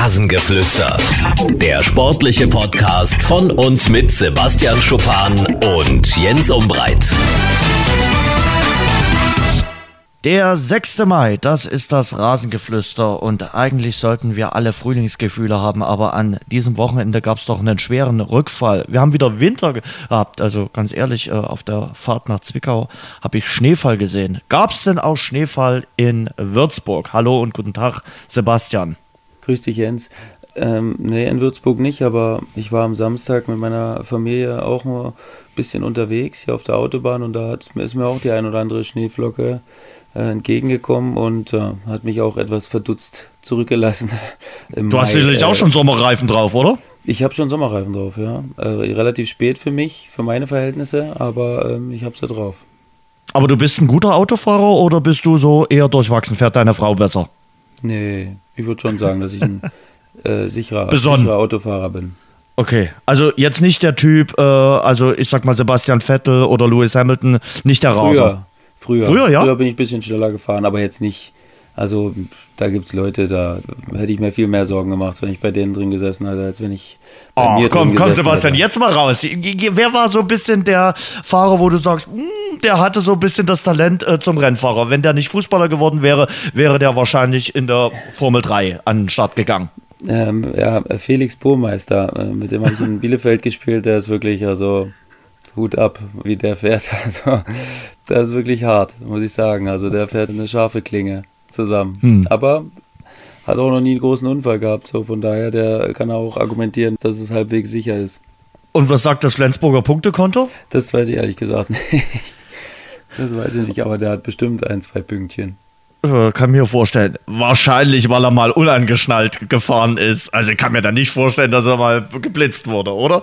Rasengeflüster. Der sportliche Podcast von und mit Sebastian Schuppan und Jens Umbreit. Der 6. Mai, das ist das Rasengeflüster und eigentlich sollten wir alle Frühlingsgefühle haben, aber an diesem Wochenende gab es doch einen schweren Rückfall. Wir haben wieder Winter gehabt, also ganz ehrlich, auf der Fahrt nach Zwickau habe ich Schneefall gesehen. Gab es denn auch Schneefall in Würzburg? Hallo und guten Tag, Sebastian. Grüß dich, Jens. Nee, in Würzburg nicht, aber ich war am Samstag mit meiner Familie auch nur ein bisschen unterwegs hier auf der Autobahn und da ist mir auch die ein oder andere Schneeflocke entgegengekommen und hat mich auch etwas verdutzt zurückgelassen. Du hast sicherlich auch schon Sommerreifen drauf, oder? Ich habe schon Sommerreifen drauf, ja. Relativ spät für mich, für meine Verhältnisse, aber ich habe sie drauf. Aber du bist ein guter Autofahrer oder bist du so eher durchwachsen? Fährt deine Frau besser? Nee, ich würde schon sagen, dass ich ein sicherer Autofahrer bin. Okay, also jetzt nicht der Typ, also ich sag mal Sebastian Vettel oder Lewis Hamilton, nicht der Raser. Früher, ja? Früher bin ich ein bisschen schneller gefahren, aber jetzt nicht. Also da gibt es Leute, da hätte ich mir viel mehr Sorgen gemacht, wenn ich bei denen drin gesessen hätte, als wenn ich bei mir drin gesessen komm Sebastian, hätte. Jetzt mal raus. Wer war so ein bisschen der Fahrer, wo du sagst, der hatte so ein bisschen das Talent zum Rennfahrer. Wenn der nicht Fußballer geworden wäre, wäre der wahrscheinlich in der Formel 3 an den Start gegangen. Felix Burmeister, mit dem habe ich in Bielefeld gespielt, der ist wirklich, also Hut ab, wie der fährt. Also, das ist wirklich hart, muss ich sagen. Also, der fährt eine scharfe Klinge zusammen. Aber hat auch noch nie einen großen Unfall gehabt. So, von daher, der kann auch argumentieren, dass es halbwegs sicher ist. Und was sagt das Flensburger Punktekonto? Das weiß ich ehrlich gesagt nicht. Das weiß ich nicht, aber der hat bestimmt 1-2 Pünktchen. Kann mir vorstellen. Wahrscheinlich, weil er mal unangeschnallt gefahren ist. Also ich kann mir da nicht vorstellen, dass er mal geblitzt wurde, oder?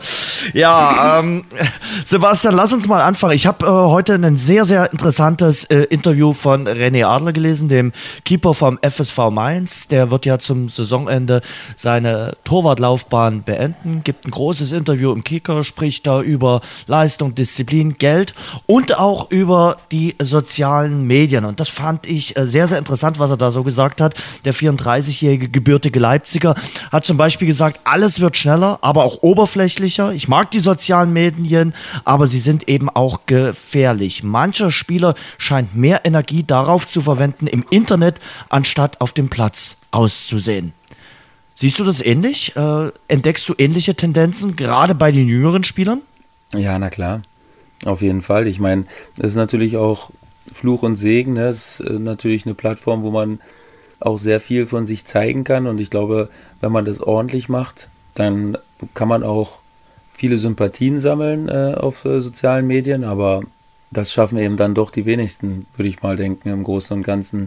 Ja, Sebastian, lass uns mal anfangen. Ich habe heute ein sehr, sehr interessantes Interview von René Adler gelesen, dem Keeper vom FSV Mainz. Der wird ja zum Saisonende seine Torwartlaufbahn beenden, gibt ein großes Interview im Kicker, spricht da über Leistung, Disziplin, Geld und auch über die sozialen Medien. Und das fand ich sehr, sehr interessant, was er da so gesagt hat. Der 34-jährige gebürtige Leipziger hat zum Beispiel gesagt, alles wird schneller, aber auch oberflächlicher. Ich mag die sozialen Medien, aber sie sind eben auch gefährlich. Mancher Spieler scheint mehr Energie darauf zu verwenden, im Internet, anstatt auf dem Platz auszusehen. Siehst du das ähnlich? Entdeckst du ähnliche Tendenzen, gerade bei den jüngeren Spielern? Ja, na klar. Auf jeden Fall. Ich meine, das ist natürlich auch Fluch und Segen, ne? Das ist natürlich eine Plattform, wo man auch sehr viel von sich zeigen kann und ich glaube, wenn man das ordentlich macht, dann kann man auch viele Sympathien sammeln auf sozialen Medien, aber das schaffen eben dann doch die wenigsten, würde ich mal denken, im Großen und Ganzen,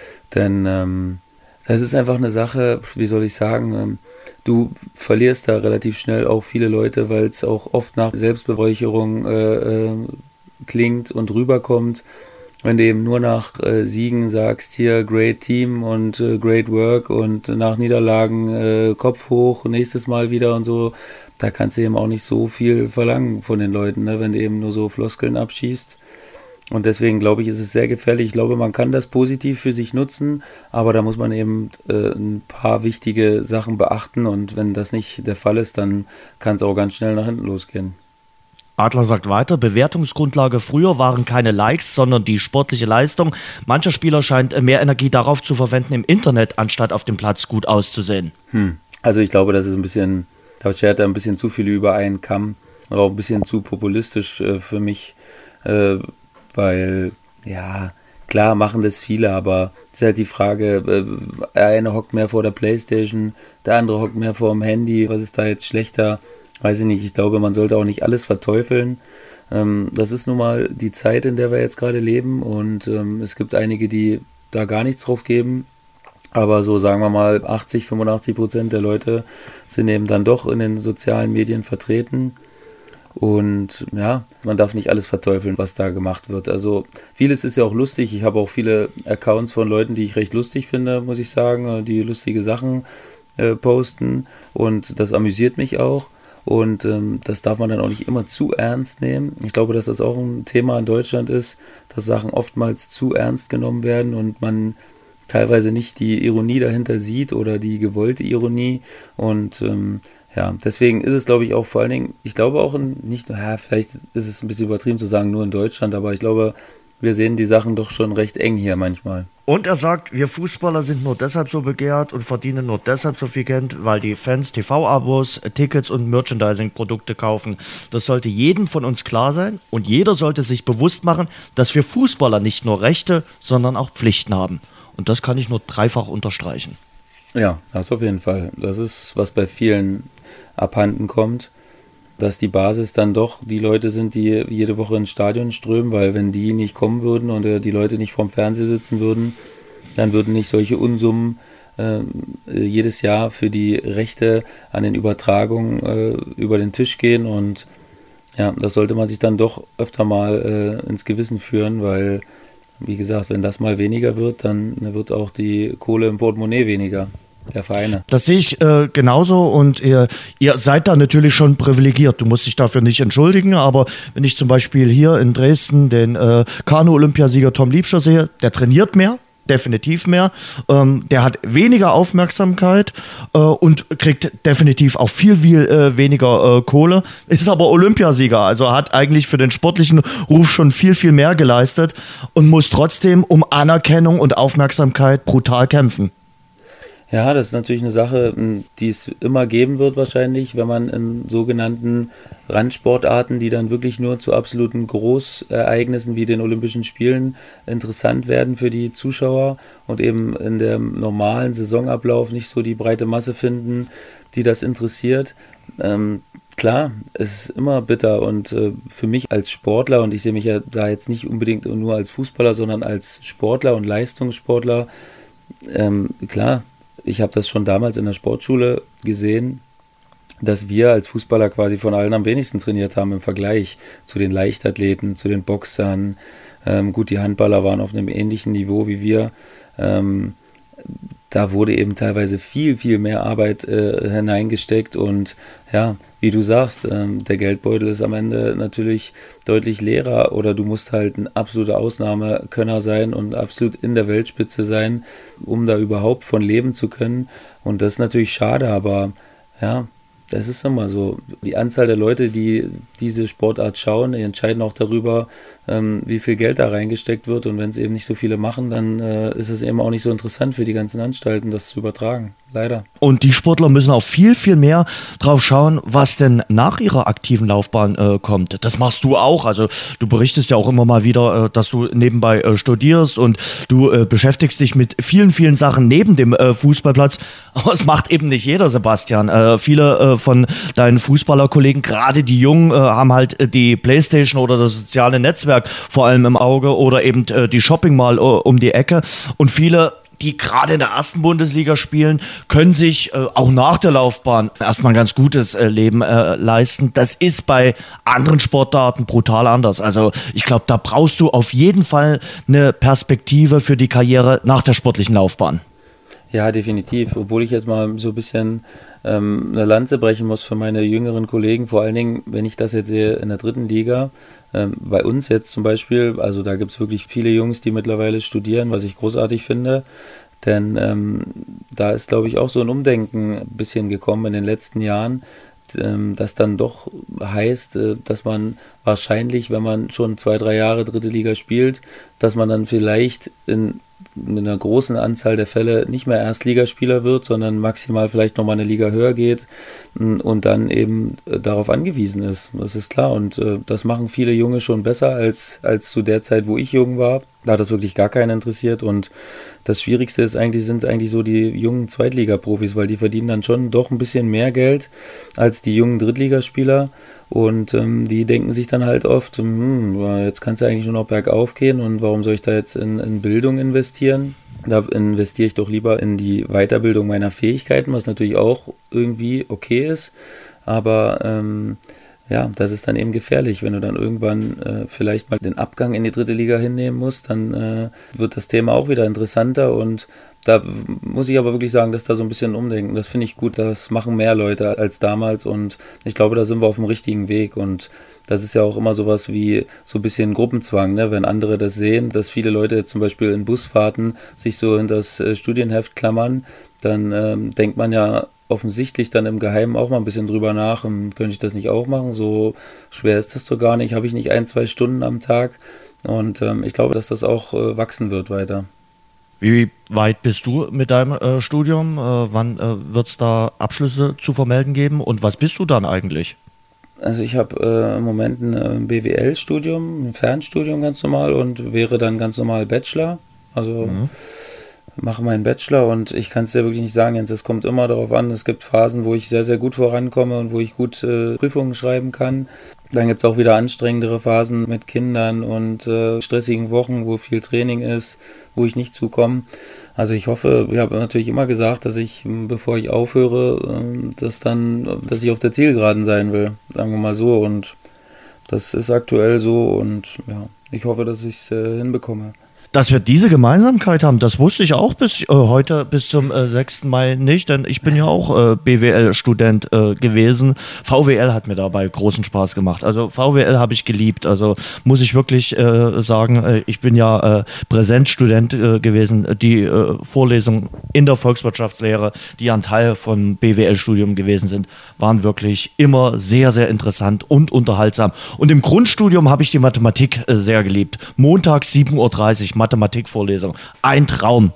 denn das ist einfach eine Sache, wie soll ich sagen, du verlierst da relativ schnell auch viele Leute, weil es auch oft nach Selbstbeweihräucherung klingt und rüberkommt. Wenn du eben nur nach Siegen sagst, hier great Team und great work und nach Niederlagen Kopf hoch, nächstes Mal wieder und so, da kannst du eben auch nicht so viel verlangen von den Leuten, ne, wenn du eben nur so Floskeln abschießt. Und deswegen glaube ich, ist es sehr gefährlich. Ich glaube, man kann das positiv für sich nutzen, aber da muss man eben ein paar wichtige Sachen beachten und wenn das nicht der Fall ist, dann kann es auch ganz schnell nach hinten losgehen. Adler sagt weiter, Bewertungsgrundlage früher waren keine Likes, sondern die sportliche Leistung. Mancher Spieler scheint mehr Energie darauf zu verwenden, im Internet, anstatt auf dem Platz gut auszusehen. Also ich glaube, das ist ein bisschen, da schert er ein bisschen zu viel über einen Kamm, aber auch ein bisschen zu populistisch für mich, weil, ja, klar machen das viele, aber es ist halt die Frage, der eine hockt mehr vor der Playstation, der andere hockt mehr vor dem Handy, was ist da jetzt schlechter? Weiß ich nicht, ich glaube, man sollte auch nicht alles verteufeln. Das ist nun mal die Zeit, in der wir jetzt gerade leben und es gibt einige, die da gar nichts drauf geben. Aber so sagen wir mal 80-85% der Leute sind eben dann doch in den sozialen Medien vertreten. Und ja, man darf nicht alles verteufeln, was da gemacht wird. Also vieles ist ja auch lustig. Ich habe auch viele Accounts von Leuten, die ich recht lustig finde, muss ich sagen, die lustige Sachen posten und das amüsiert mich auch. Und das darf man dann auch nicht immer zu ernst nehmen. Ich glaube, dass das auch ein Thema in Deutschland ist, dass Sachen oftmals zu ernst genommen werden und man teilweise nicht die Ironie dahinter sieht oder die gewollte Ironie. Und deswegen ist es, glaube ich, auch vor allen Dingen, ich glaube auch vielleicht ist es ein bisschen übertrieben zu sagen, nur in Deutschland, aber ich glaube, wir sehen die Sachen doch schon recht eng hier manchmal. Und er sagt, wir Fußballer sind nur deshalb so begehrt und verdienen nur deshalb so viel Geld, weil die Fans TV-Abos, Tickets und Merchandising-Produkte kaufen. Das sollte jedem von uns klar sein und jeder sollte sich bewusst machen, dass wir Fußballer nicht nur Rechte, sondern auch Pflichten haben. Und das kann ich nur dreifach unterstreichen. Ja, das auf jeden Fall. Das ist, was bei vielen abhanden kommt, dass die Basis dann doch die Leute sind, die jede Woche ins Stadion strömen, weil wenn die nicht kommen würden und die Leute nicht vorm Fernseher sitzen würden, dann würden nicht solche Unsummen jedes Jahr für die Rechte an den Übertragungen über den Tisch gehen. Und ja, das sollte man sich dann doch öfter mal ins Gewissen führen, weil, wie gesagt, wenn das mal weniger wird, dann wird auch die Kohle im Portemonnaie weniger. Der Vereine. Das sehe ich genauso und ihr seid da natürlich schon privilegiert. Du musst dich dafür nicht entschuldigen, aber wenn ich zum Beispiel hier in Dresden den Kanu-Olympiasieger Tom Liebscher sehe, der trainiert mehr, definitiv mehr, der hat weniger Aufmerksamkeit und kriegt definitiv auch viel weniger Kohle, ist aber Olympiasieger, also hat eigentlich für den sportlichen Ruf schon viel, viel mehr geleistet und muss trotzdem um Anerkennung und Aufmerksamkeit brutal kämpfen. Ja, das ist natürlich eine Sache, die es immer geben wird wahrscheinlich, wenn man in sogenannten Randsportarten, die dann wirklich nur zu absoluten Großereignissen wie den Olympischen Spielen interessant werden für die Zuschauer und eben in dem normalen Saisonablauf nicht so die breite Masse finden, die das interessiert. Klar, es ist immer bitter und für mich als Sportler, und ich sehe mich ja da jetzt nicht unbedingt nur als Fußballer, sondern als Sportler und Leistungssportler, klar, ich habe das schon damals in der Sportschule gesehen, dass wir als Fußballer quasi von allen am wenigsten trainiert haben im Vergleich zu den Leichtathleten, zu den Boxern. Gut, die Handballer waren auf einem ähnlichen Niveau wie wir. Da wurde eben teilweise viel, viel mehr Arbeit hineingesteckt und ja, wie du sagst, der Geldbeutel ist am Ende natürlich deutlich leerer oder du musst halt ein absoluter Ausnahmekönner sein und absolut in der Weltspitze sein, um da überhaupt von leben zu können. Und das ist natürlich schade, aber ja, das ist immer so. Die Anzahl der Leute, die diese Sportart schauen, die entscheiden auch darüber, wie viel Geld da reingesteckt wird. Und wenn es eben nicht so viele machen, dann ist es eben auch nicht so interessant für die ganzen Anstalten, das zu übertragen. Leider. Und die Sportler müssen auch viel, viel mehr drauf schauen, was denn nach ihrer aktiven Laufbahn kommt. Das machst du auch. Also du berichtest ja auch immer mal wieder, dass du nebenbei studierst und du beschäftigst dich mit vielen, vielen Sachen neben dem Fußballplatz. Aber es macht eben nicht jeder, Sebastian. Viele von deinen Fußballerkollegen, gerade die Jungen, haben halt die Playstation oder das soziale Netzwerk vor allem im Auge oder eben die Shopping Mall um die Ecke. Und viele, die gerade in der ersten Bundesliga spielen, können sich auch nach der Laufbahn erstmal ein ganz gutes Leben leisten. Das ist bei anderen Sportarten brutal anders. Also ich glaube, da brauchst du auf jeden Fall eine Perspektive für die Karriere nach der sportlichen Laufbahn. Ja, definitiv. Obwohl ich jetzt mal so ein bisschen eine Lanze brechen muss für meine jüngeren Kollegen, vor allen Dingen, wenn ich das jetzt sehe in der dritten Liga, bei uns jetzt zum Beispiel, also da gibt es wirklich viele Jungs, die mittlerweile studieren, was ich großartig finde, denn da ist, glaube ich, auch so ein Umdenken ein bisschen gekommen in den letzten Jahren, das dann doch heißt, dass man wahrscheinlich, wenn man schon 2-3 Jahre dritte Liga spielt, dass man dann vielleicht in einer großen Anzahl der Fälle nicht mehr Erstligaspieler wird, sondern maximal vielleicht nochmal eine Liga höher geht und dann eben darauf angewiesen ist. Das ist klar und das machen viele Junge schon besser als zu der Zeit, wo ich jung war. Da hat das wirklich gar keinen interessiert und das Schwierigste sind eigentlich so die jungen Zweitligaprofis, weil die verdienen dann schon doch ein bisschen mehr Geld als die jungen Drittligaspieler und die denken sich dann halt oft, jetzt kann es ja eigentlich nur noch bergauf gehen und warum soll ich da jetzt in Bildung investieren? Da investiere ich doch lieber in die Weiterbildung meiner Fähigkeiten, was natürlich auch irgendwie okay ist, aber ja, das ist dann eben gefährlich. Wenn du dann irgendwann vielleicht mal den Abgang in die 3. Liga hinnehmen musst, dann wird das Thema auch wieder interessanter und da muss ich aber wirklich sagen, dass da so ein bisschen umdenken. Das finde ich gut, das machen mehr Leute als damals und ich glaube, da sind wir auf dem richtigen Weg und das ist ja auch immer sowas wie so ein bisschen Gruppenzwang, ne? Wenn andere das sehen, dass viele Leute zum Beispiel in Busfahrten sich so in das Studienheft klammern, dann denkt man ja offensichtlich dann im Geheimen auch mal ein bisschen drüber nach, könnte ich das nicht auch machen, so schwer ist das doch gar nicht, habe ich nicht 1-2 Stunden am Tag und ich glaube, dass das auch wachsen wird weiter. Wie weit bist du mit deinem Studium? Wann wird es da Abschlüsse zu vermelden geben und was bist du dann eigentlich? Also ich habe im Moment ein BWL-Studium, ein Fernstudium ganz normal und wäre dann ganz normal Bachelor. Also mache meinen Bachelor und ich kann es dir wirklich nicht sagen, Jens, es kommt immer darauf an, es gibt Phasen, wo ich sehr, sehr gut vorankomme und wo ich gut Prüfungen schreiben kann. Dann gibt es auch wieder anstrengendere Phasen mit Kindern und stressigen Wochen, wo viel Training ist, wo ich nicht zukomme. Also ich hoffe, ich habe natürlich immer gesagt, dass ich, bevor ich aufhöre, dass ich auf der Zielgeraden sein will, sagen wir mal so. Und das ist aktuell so und ja, ich hoffe, dass ich es hinbekomme. Dass wir diese Gemeinsamkeit haben, das wusste ich auch bis heute, bis zum 6. Mai nicht, denn ich bin ja auch BWL-Student gewesen. VWL hat mir dabei großen Spaß gemacht. Also VWL habe ich geliebt. Also muss ich wirklich sagen, ich bin ja Präsenzstudent gewesen. Die Vorlesungen in der Volkswirtschaftslehre, die ein Teil von BWL-Studium gewesen sind, waren wirklich immer sehr, sehr interessant und unterhaltsam. Und im Grundstudium habe ich die Mathematik sehr geliebt. Montags 7:30 Uhr Mathematikvorlesung. Ein Traum.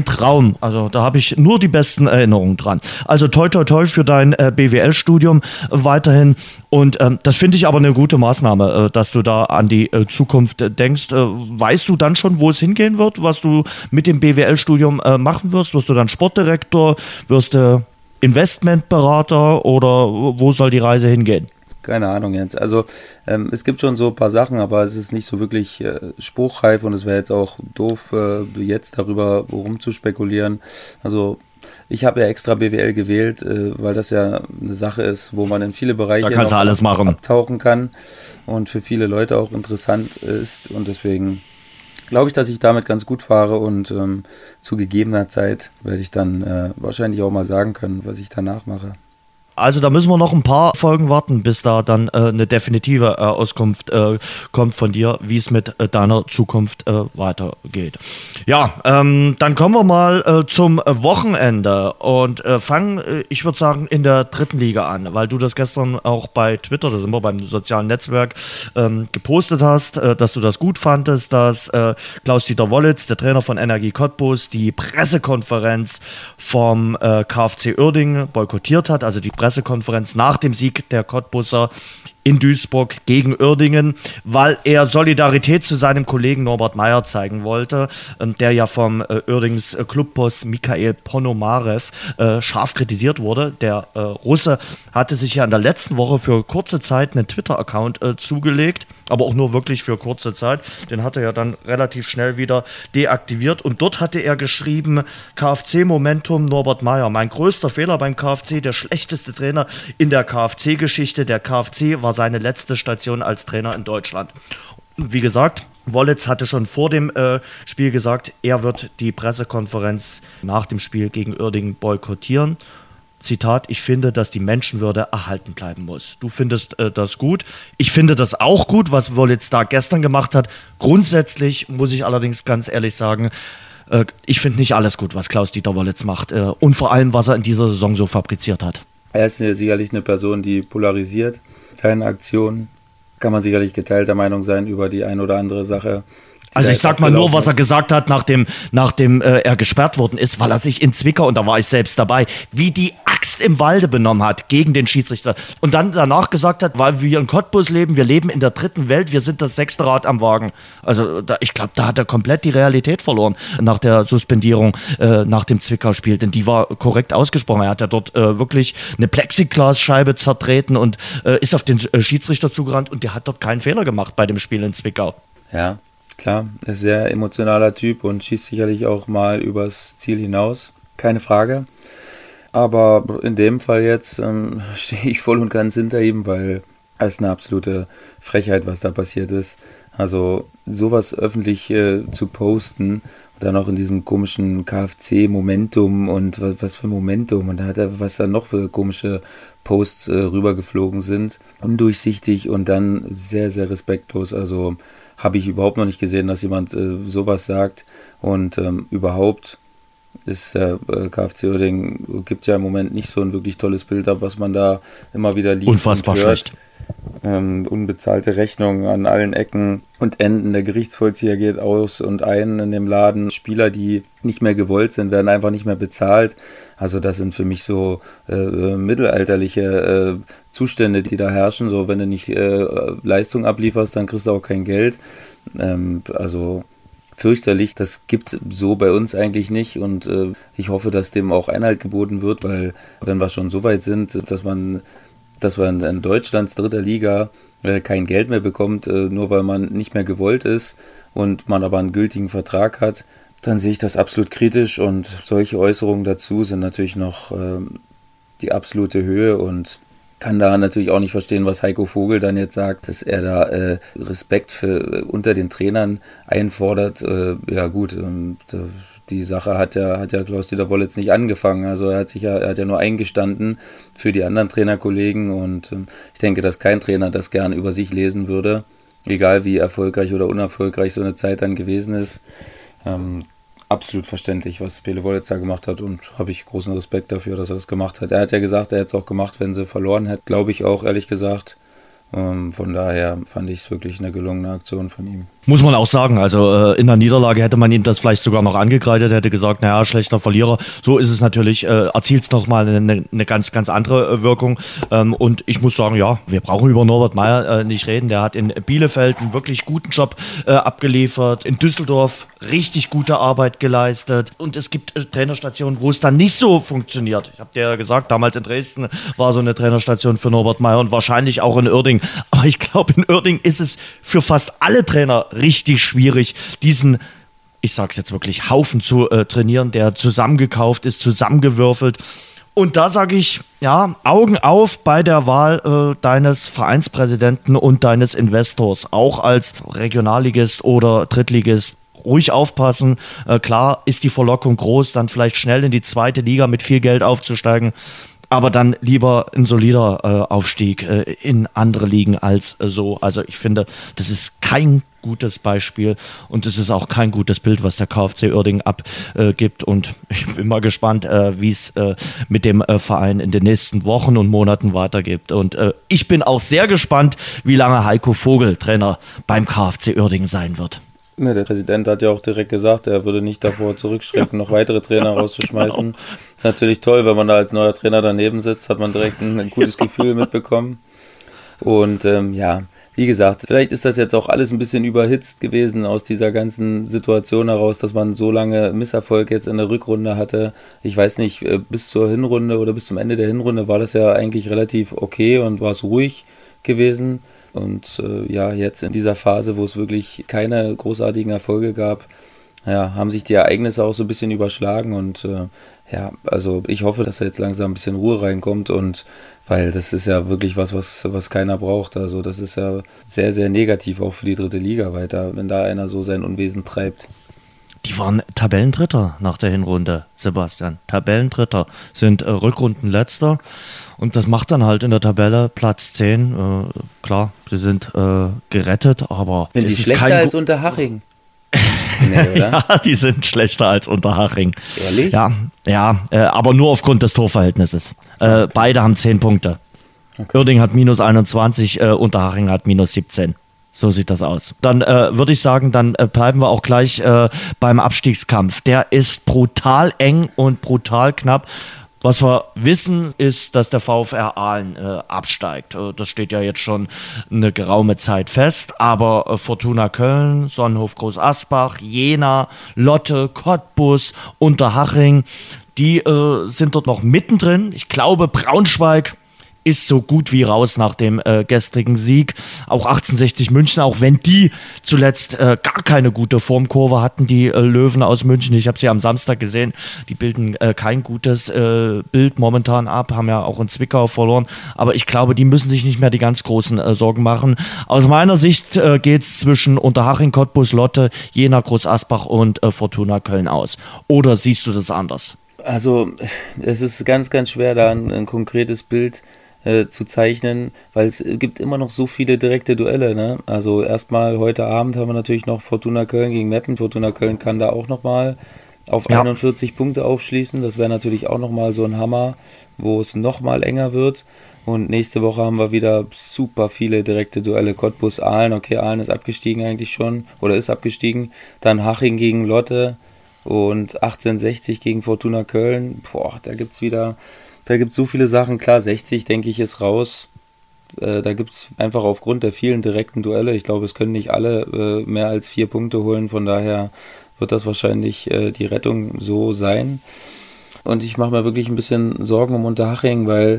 Also da habe ich nur die besten Erinnerungen dran. Also toi toi toi für dein BWL-Studium weiterhin. Und das finde ich aber eine gute Maßnahme, dass du da an die Zukunft denkst. Weißt du dann schon, wo es hingehen wird, was du mit dem BWL-Studium machen wirst? Wirst du dann Sportdirektor? Wirst du Investmentberater oder wo soll die Reise hingehen? Keine Ahnung, Jens. Also es gibt schon so ein paar Sachen, aber es ist nicht so wirklich spruchreif und es wäre jetzt auch doof, jetzt darüber rumzuspekulieren. Also ich habe ja extra BWL gewählt, weil das ja eine Sache ist, wo man in viele Bereiche da kannst du alles machen. Abtauchen kann und für viele Leute auch interessant ist und deswegen glaube ich, dass ich damit ganz gut fahre und zu gegebener Zeit werde ich dann wahrscheinlich auch mal sagen können, was ich danach mache. Also da müssen wir noch ein paar Folgen warten, bis da dann eine definitive Auskunft kommt von dir, wie es mit deiner Zukunft weitergeht. Ja, dann kommen wir mal zum Wochenende und fangen, ich würde sagen, in der 3. Liga an, weil du das gestern auch bei Twitter, da sind wir beim sozialen Netzwerk, gepostet hast, dass du das gut fandest, dass Klaus-Dieter Wollitz, der Trainer von Energie Cottbus, die Pressekonferenz vom KfC Uerdingen boykottiert hat, also die Pressekonferenz nach dem Sieg der Cottbusser in Duisburg gegen Uerdingen, weil er Solidarität zu seinem Kollegen Norbert Meyer zeigen wollte, der ja vom Uerdings Clubboss Mikhail Ponomarev scharf kritisiert wurde. Der Russe hatte sich ja in der letzten Woche für kurze Zeit einen Twitter-Account zugelegt, aber auch nur wirklich für kurze Zeit. Den hat er ja dann relativ schnell wieder deaktiviert und dort hatte er geschrieben, KfC Momentum Norbert Meyer, mein größter Fehler beim KfC, der schlechteste Trainer in der KfC-Geschichte. Der KfC war seine letzte Station als Trainer in Deutschland. Wie gesagt, Wollitz hatte schon vor dem Spiel gesagt, er wird die Pressekonferenz nach dem Spiel gegen Uerdingen boykottieren. Zitat, ich finde, dass die Menschenwürde erhalten bleiben muss. Du findest das gut. Ich finde das auch gut, was Wollitz da gestern gemacht hat. Grundsätzlich muss ich allerdings ganz ehrlich sagen, ich finde nicht alles gut, was Klaus-Dieter Wollitz macht. Und vor allem, was er in dieser Saison so fabriziert hat. Er ist sicherlich eine Person, die polarisiert. Seine Aktionen kann man sicherlich geteilter Meinung sein über die ein oder andere Sache. Also ich sag mal nur, was er gesagt hat, nachdem er gesperrt worden ist, weil er sich in Zwickau, und da war ich selbst dabei, wie die Axt im Walde benommen hat gegen den Schiedsrichter. Und dann danach gesagt hat, weil wir in Cottbus leben, wir leben in der 3. Welt, wir sind das 6. Rad am Wagen. Also ich glaube, da hat er komplett die Realität verloren nach der Suspendierung, nach dem Zwickau-Spiel. Denn die war korrekt ausgesprochen. Er hat ja dort wirklich eine Plexiglasscheibe zertreten und ist auf den Schiedsrichter zugerannt und der hat dort keinen Fehler gemacht bei dem Spiel in Zwickau. Ja. Klar, ist ein sehr emotionaler Typ und schießt sicherlich auch mal übers Ziel hinaus. Keine Frage. Aber in dem Fall jetzt stehe ich voll und ganz hinter ihm, weil Das ist eine absolute Frechheit, was da passiert ist. Also sowas öffentlich zu posten, dann auch in diesem komischen KFC-Momentum und was für Momentum und was da noch für komische Posts rübergeflogen sind. Undurchsichtig und dann sehr, sehr respektlos. Also habe ich überhaupt noch nicht gesehen, dass jemand sowas sagt. Und überhaupt ist KFC Uerdingen gibt ja im Moment nicht so ein wirklich tolles Bild ab, was man da immer wieder liest. Unfassbar und hört. schlecht. Unbezahlte Rechnungen an allen Ecken und Enden. Der Gerichtsvollzieher geht aus und ein in dem Laden. Spieler, die nicht mehr gewollt sind, werden einfach nicht mehr bezahlt. Also das sind für mich so mittelalterliche Zustände, die da herrschen. So, wenn du nicht Leistung ablieferst, dann kriegst du auch kein Geld. Also fürchterlich. Das gibt's so bei uns eigentlich nicht und ich hoffe, dass dem auch Einhalt geboten wird, weil wenn wir schon so weit sind, dass man in Deutschlands dritter Liga kein Geld mehr bekommt, nur weil man nicht mehr gewollt ist und man aber einen gültigen Vertrag hat, dann sehe ich das absolut kritisch und solche Äußerungen dazu sind natürlich noch die absolute Höhe und kann da natürlich auch nicht verstehen, was Heiko Vogel dann jetzt sagt, dass er da Respekt für unter den Trainern einfordert. Ja gut, die Sache hat ja Klaus-Dieter Wollitz nicht angefangen. Also er hat ja nur eingestanden für die anderen Trainerkollegen und ich denke, dass kein Trainer das gern über sich lesen würde, egal wie erfolgreich oder unerfolgreich so eine Zeit dann gewesen ist. Absolut verständlich, was Pele Wollitz da gemacht hat und habe ich großen Respekt dafür, dass er das gemacht hat. Er hat ja gesagt, er hätte es auch gemacht, wenn sie verloren hätten. Glaube ich auch, ehrlich gesagt. Von daher fand ich es wirklich eine gelungene Aktion von ihm. Muss man auch sagen, also in der Niederlage hätte man ihm das vielleicht sogar noch angekreidet, hätte gesagt, naja, schlechter Verlierer. So ist es natürlich, erzielt es nochmal eine ganz, ganz andere Wirkung. Und ich muss sagen, ja, wir brauchen über Norbert Meyer nicht reden. Der hat in Bielefeld einen wirklich guten Job abgeliefert, in Düsseldorf richtig gute Arbeit geleistet. Und es gibt Trainerstationen, wo es dann nicht so funktioniert. Ich habe dir ja gesagt, damals in Dresden war so eine Trainerstation für Norbert Meyer und wahrscheinlich auch in Uerdingen. Aber ich glaube, in Uerdingen ist es für fast alle Trainer richtig schwierig, diesen, ich sag's jetzt wirklich, Haufen zu trainieren, der zusammengekauft ist, zusammengewürfelt. Und da sage ich, ja, Augen auf bei der Wahl deines Vereinspräsidenten und deines Investors, auch als Regionalligist oder Drittligist. Ruhig aufpassen. Klar ist die Verlockung groß, dann vielleicht schnell in die zweite Liga mit viel Geld aufzusteigen. Aber dann lieber ein solider Aufstieg in andere Ligen als so. Also ich finde, das ist kein gutes Beispiel und es ist auch kein gutes Bild, was der KFC Uerdingen abgibt. Und ich bin mal gespannt, wie es mit dem Verein in den nächsten Wochen und Monaten weitergeht. Und ich bin auch sehr gespannt, wie lange Heiko Vogel Trainer beim KFC Uerdingen sein wird. Ja, der Präsident hat ja auch direkt gesagt, er würde nicht davor zurückschrecken, noch weitere Trainer rauszuschmeißen. Genau. Ist natürlich toll, wenn man da als neuer Trainer daneben sitzt, hat man direkt ein gutes Gefühl mitbekommen. Und ja, wie gesagt, vielleicht ist das jetzt auch alles ein bisschen überhitzt gewesen aus dieser ganzen Situation heraus, dass man so lange Misserfolg jetzt in der Rückrunde hatte. Ich weiß nicht, bis zur Hinrunde oder bis zum Ende der Hinrunde war das ja eigentlich relativ okay und war es ruhig gewesen. Und ja, jetzt in dieser Phase, wo es wirklich keine großartigen Erfolge gab, ja, haben sich die Ereignisse auch so ein bisschen überschlagen und ja, also ich hoffe, dass da jetzt langsam ein bisschen Ruhe reinkommt und weil das ist ja wirklich was keiner braucht. Also das ist ja sehr, sehr negativ auch für die dritte Liga weiter, wenn da einer so sein Unwesen treibt. Die waren Tabellendritter nach der Hinrunde, Sebastian. Tabellendritter, sind Rückrundenletzter und das macht dann halt in der Tabelle Platz 10. Klar, sie sind gerettet, aber sind die schlechter als Unterhaching? Nee, oder? Ja, die sind schlechter als Unterhaching. Ehrlich? Ja, aber nur aufgrund des Torverhältnisses. Okay. Beide haben 10 Punkte. Okay. Uerdingen hat minus 21, Unterhaching hat minus 17. So sieht das aus. Dann würde ich sagen, dann bleiben wir auch gleich beim Abstiegskampf. Der ist brutal eng und brutal knapp. Was wir wissen, ist, dass der VfR Aalen absteigt. Das steht ja jetzt schon eine geraume Zeit fest. Aber Fortuna Köln, Sonnenhof Groß Asbach, Jena, Lotte, Cottbus, Unterhaching, die sind dort noch mittendrin. Ich glaube, Braunschweig ist so gut wie raus nach dem gestrigen Sieg. Auch 1860 München, auch wenn die zuletzt gar keine gute Formkurve hatten, die Löwen aus München. Ich habe sie am Samstag gesehen. Die bilden kein gutes Bild momentan ab, haben ja auch in Zwickau verloren. Aber ich glaube, die müssen sich nicht mehr die ganz großen Sorgen machen. Aus meiner Sicht geht es zwischen Unterhaching, Cottbus, Lotte, Jena, Groß Asbach und Fortuna Köln aus. Oder siehst du das anders? Also es ist ganz, ganz schwer, da ein konkretes Bild zu zeichnen, weil es gibt immer noch so viele direkte Duelle, ne? Also erstmal heute Abend haben wir natürlich noch Fortuna Köln gegen Meppen. Fortuna Köln kann da auch nochmal auf 41 Punkte aufschließen. Das wäre natürlich auch nochmal so ein Hammer, wo es nochmal enger wird. Und nächste Woche haben wir wieder super viele direkte Duelle. Cottbus, Aalen, okay, Aalen ist abgestiegen eigentlich schon, oder ist abgestiegen. Dann Haching gegen Lotte und 1860 gegen Fortuna Köln. Boah, da gibt's so viele Sachen. Klar, 60, denke ich, ist raus. Da gibt's einfach aufgrund der vielen direkten Duelle, ich glaube, es können nicht alle mehr als 4 Punkte holen. Von daher wird das wahrscheinlich die Rettung so sein. Und ich mache mir wirklich ein bisschen Sorgen um Unterhaching, weil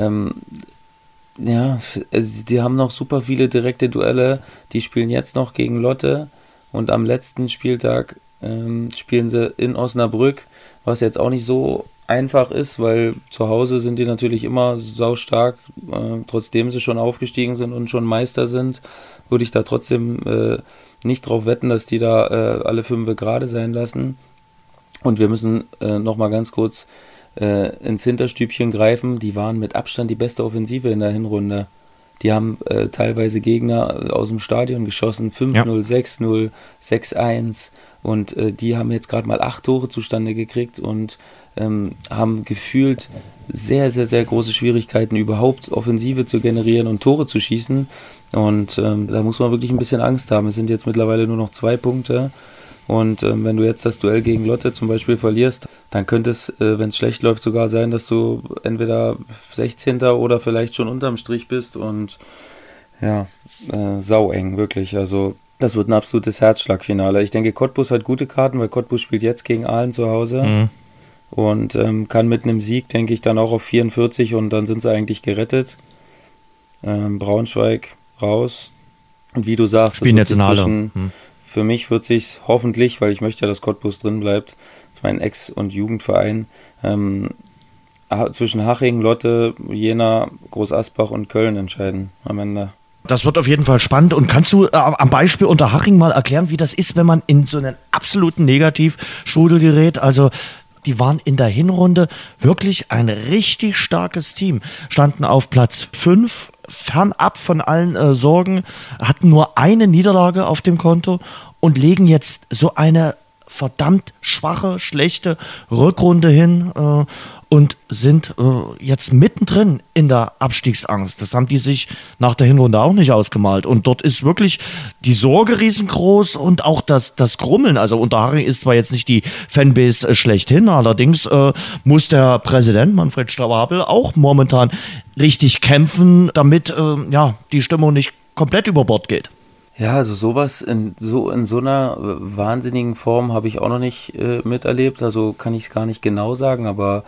die haben noch super viele direkte Duelle. Die spielen jetzt noch gegen Lotte und am letzten Spieltag spielen sie in Osnabrück, was jetzt auch nicht so einfach ist, weil zu Hause sind die natürlich immer saustark, trotzdem sie schon aufgestiegen sind und schon Meister sind, würde ich da trotzdem nicht drauf wetten, dass die da alle 5 gerade sein lassen. Und wir müssen nochmal ganz kurz ins Hinterstübchen greifen. Die waren mit Abstand die beste Offensive in der Hinrunde. Die haben teilweise Gegner aus dem Stadion geschossen, 5-0, ja. 6-0, 6-1 und die haben jetzt gerade mal 8 Tore zustande gekriegt und haben gefühlt sehr, sehr, sehr große Schwierigkeiten, überhaupt Offensive zu generieren und Tore zu schießen. Und da muss man wirklich ein bisschen Angst haben. Es sind jetzt mittlerweile nur noch 2 Punkte. Und wenn du jetzt das Duell gegen Lotte zum Beispiel verlierst, dann könnte es, wenn es schlecht läuft, sogar sein, dass du entweder 16. oder vielleicht schon unterm Strich bist. Und ja, saueng, wirklich. Also das wird ein absolutes Herzschlagfinale. Ich denke, Cottbus hat gute Karten, weil Cottbus spielt jetzt gegen Aalen zu Hause. Mhm. Und kann mit einem Sieg, denke ich, dann auch auf 44 und dann sind sie eigentlich gerettet. Braunschweig raus. Und wie du sagst, spielen jetzt in Halle. Für mich wird sich's hoffentlich, weil ich möchte ja, dass Cottbus drin bleibt, das ist mein Ex- und Jugendverein, zwischen Haching, Lotte, Jena, Groß Asbach und Köln entscheiden am Ende. Das wird auf jeden Fall spannend. Und kannst du am Beispiel Unterhaching mal erklären, wie das ist, wenn man in so einen absoluten Negativstrudel gerät? Also die waren in der Hinrunde wirklich ein richtig starkes Team. Standen auf Platz 5, fernab von allen Sorgen, hatten nur eine Niederlage auf dem Konto und legen jetzt so eine verdammt schwache, schlechte Rückrunde hin und sind jetzt mittendrin in der Abstiegsangst. Das haben die sich nach der Hinrunde auch nicht ausgemalt. Und dort ist wirklich die Sorge riesengroß und auch das Grummeln. Also Unterhaching ist zwar jetzt nicht die Fanbase schlechthin, allerdings muss der Präsident Manfred Stawabel auch momentan richtig kämpfen, damit die Stimmung nicht komplett über Bord geht. Ja, also sowas in so einer wahnsinnigen Form habe ich auch noch nicht miterlebt, also kann ich es gar nicht genau sagen, aber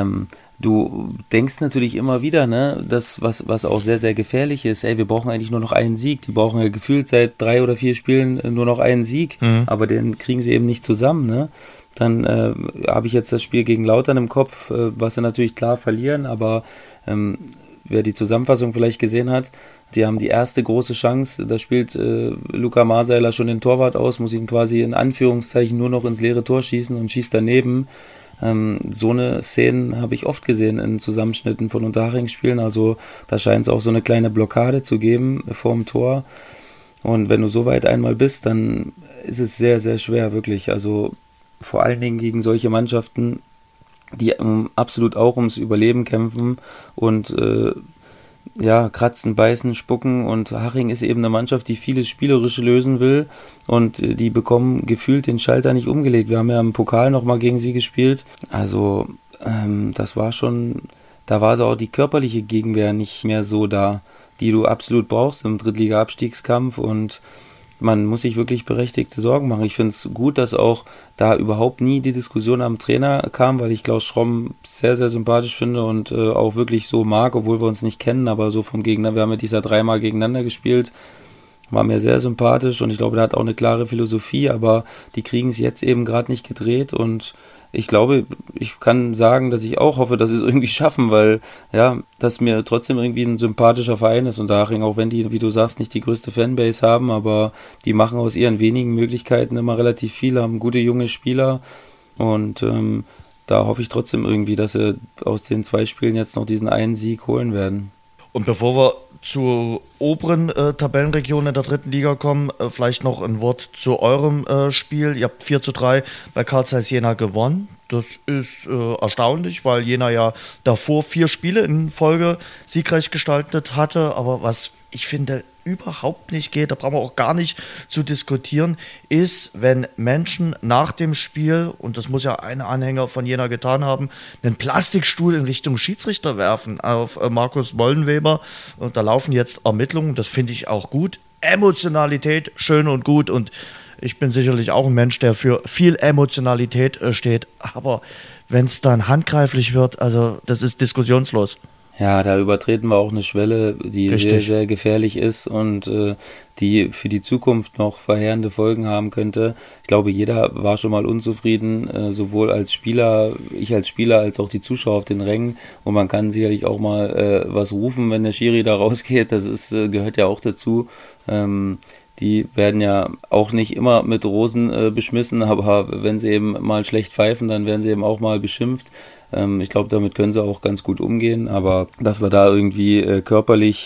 du denkst natürlich immer wieder, ne, das, was auch sehr, sehr gefährlich ist, wir brauchen eigentlich nur noch einen Sieg, die brauchen ja gefühlt seit 3 oder 4 Spielen nur noch einen Sieg, aber den kriegen sie eben nicht zusammen, ne. Dann habe ich jetzt das Spiel gegen Lautern im Kopf, was sie natürlich klar verlieren, aber wer die Zusammenfassung vielleicht gesehen hat, die haben die erste große Chance, da spielt Luca Marseiler schon den Torwart aus, muss ihn quasi in Anführungszeichen nur noch ins leere Tor schießen und schießt daneben. So eine Szene habe ich oft gesehen in Zusammenschnitten von Unterhaching-Spielen, also da scheint es auch so eine kleine Blockade zu geben vorm Tor. Und wenn du so weit einmal bist, dann ist es sehr, sehr schwer, wirklich. Also vor allen Dingen gegen solche Mannschaften, die absolut auch ums Überleben kämpfen und kratzen, beißen, spucken, und Haching ist eben eine Mannschaft, die vieles Spielerische lösen will und die bekommen gefühlt den Schalter nicht umgelegt. Wir haben ja im Pokal nochmal gegen sie gespielt, also das war schon, da war so auch die körperliche Gegenwehr nicht mehr so da, die du absolut brauchst im Drittliga-Abstiegskampf, und man muss sich wirklich berechtigte Sorgen machen. Ich finde es gut, dass auch da überhaupt nie die Diskussion am Trainer kam, weil ich Klaus Schromm sehr, sehr sympathisch finde und auch wirklich so mag, obwohl wir uns nicht kennen, aber so vom Gegner, wir haben ja dieses Jahr 3-mal gegeneinander gespielt, war mir sehr sympathisch und ich glaube, der hat auch eine klare Philosophie, aber die kriegen es jetzt eben gerade nicht gedreht und ich glaube, ich kann sagen, dass ich auch hoffe, dass sie es irgendwie schaffen, weil ja, das mir trotzdem irgendwie ein sympathischer Verein ist und Aching, auch wenn die, wie du sagst, nicht die größte Fanbase haben, aber die machen aus ihren wenigen Möglichkeiten immer relativ viel, haben gute junge Spieler und da hoffe ich trotzdem irgendwie, dass sie aus den 2 Spielen jetzt noch diesen einen Sieg holen werden. Und bevor wir zur oberen Tabellenregion in der 3. Liga kommen, vielleicht noch ein Wort zu eurem Spiel. Ihr habt 4:3 bei Carl Zeiss Jena gewonnen. Das ist erstaunlich, weil Jena ja davor 4 Spiele in Folge siegreich gestaltet hatte. Aber was ich finde überhaupt nicht geht, da brauchen wir auch gar nicht zu diskutieren, ist, wenn Menschen nach dem Spiel, und das muss ja ein Anhänger von Jena getan haben, einen Plastikstuhl in Richtung Schiedsrichter werfen auf Markus Mollenweber. Und da laufen jetzt Ermittlungen, das finde ich auch gut. Emotionalität, schön und gut, und ich bin sicherlich auch ein Mensch, der für viel Emotionalität steht, aber wenn es dann handgreiflich wird, also das ist diskussionslos. Ja, da übertreten wir auch eine Schwelle, die Richtig. sehr, sehr gefährlich ist und die für die Zukunft noch verheerende Folgen haben könnte. Ich glaube, jeder war schon mal unzufrieden, sowohl als Spieler, ich als Spieler, als auch die Zuschauer auf den Rängen. Und man kann sicherlich auch mal was rufen, wenn der Schiri da rausgeht. Das ist, gehört ja auch dazu. Die werden ja auch nicht immer mit Rosen beschmissen, aber wenn sie eben mal schlecht pfeifen, dann werden sie eben auch mal beschimpft. Ich glaube, damit können sie auch ganz gut umgehen, aber dass wir da irgendwie körperlich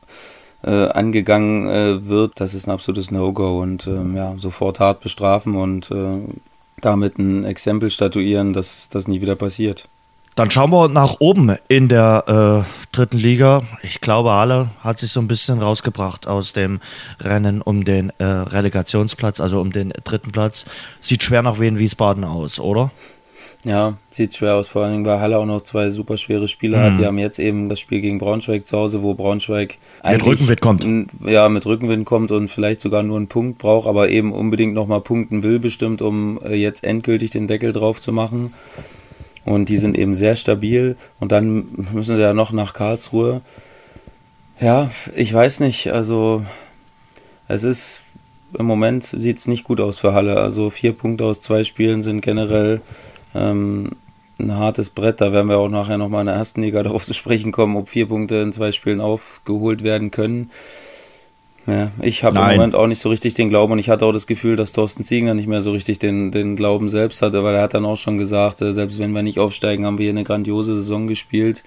angegangen wird, das ist ein absolutes No-Go und ja, sofort hart bestrafen und damit ein Exempel statuieren, dass das nie wieder passiert. Dann schauen wir nach oben in der 3. Liga. Ich glaube, Halle hat sich so ein bisschen rausgebracht aus dem Rennen um den Relegationsplatz, also um den 3. Platz. Sieht schwer nach Wien Wiesbaden aus, oder? Ja, sieht schwer aus, vor allem weil Halle auch noch 2 super schwere Spieler hat. Die haben jetzt eben das Spiel gegen Braunschweig zu Hause, wo Braunschweig mit Rückenwind kommt. Ja, mit Rückenwind kommt und vielleicht sogar nur einen Punkt braucht, aber eben unbedingt nochmal punkten will bestimmt, um jetzt endgültig den Deckel drauf zu machen. Und die sind eben sehr stabil und dann müssen sie ja noch nach Karlsruhe. Ja, ich weiß nicht, also es ist, im Moment sieht es nicht gut aus für Halle. Also 4 Punkte aus 2 Spielen sind generell ein hartes Brett. Da werden wir auch nachher nochmal in der 1. Liga darauf zu sprechen kommen, ob 4 Punkte in 2 Spielen aufgeholt werden können. Ja, ich habe im Moment auch nicht so richtig den Glauben und ich hatte auch das Gefühl, dass Thorsten Ziegner nicht mehr so richtig den Glauben selbst hatte, weil er hat dann auch schon gesagt, selbst wenn wir nicht aufsteigen, haben wir hier eine grandiose Saison gespielt.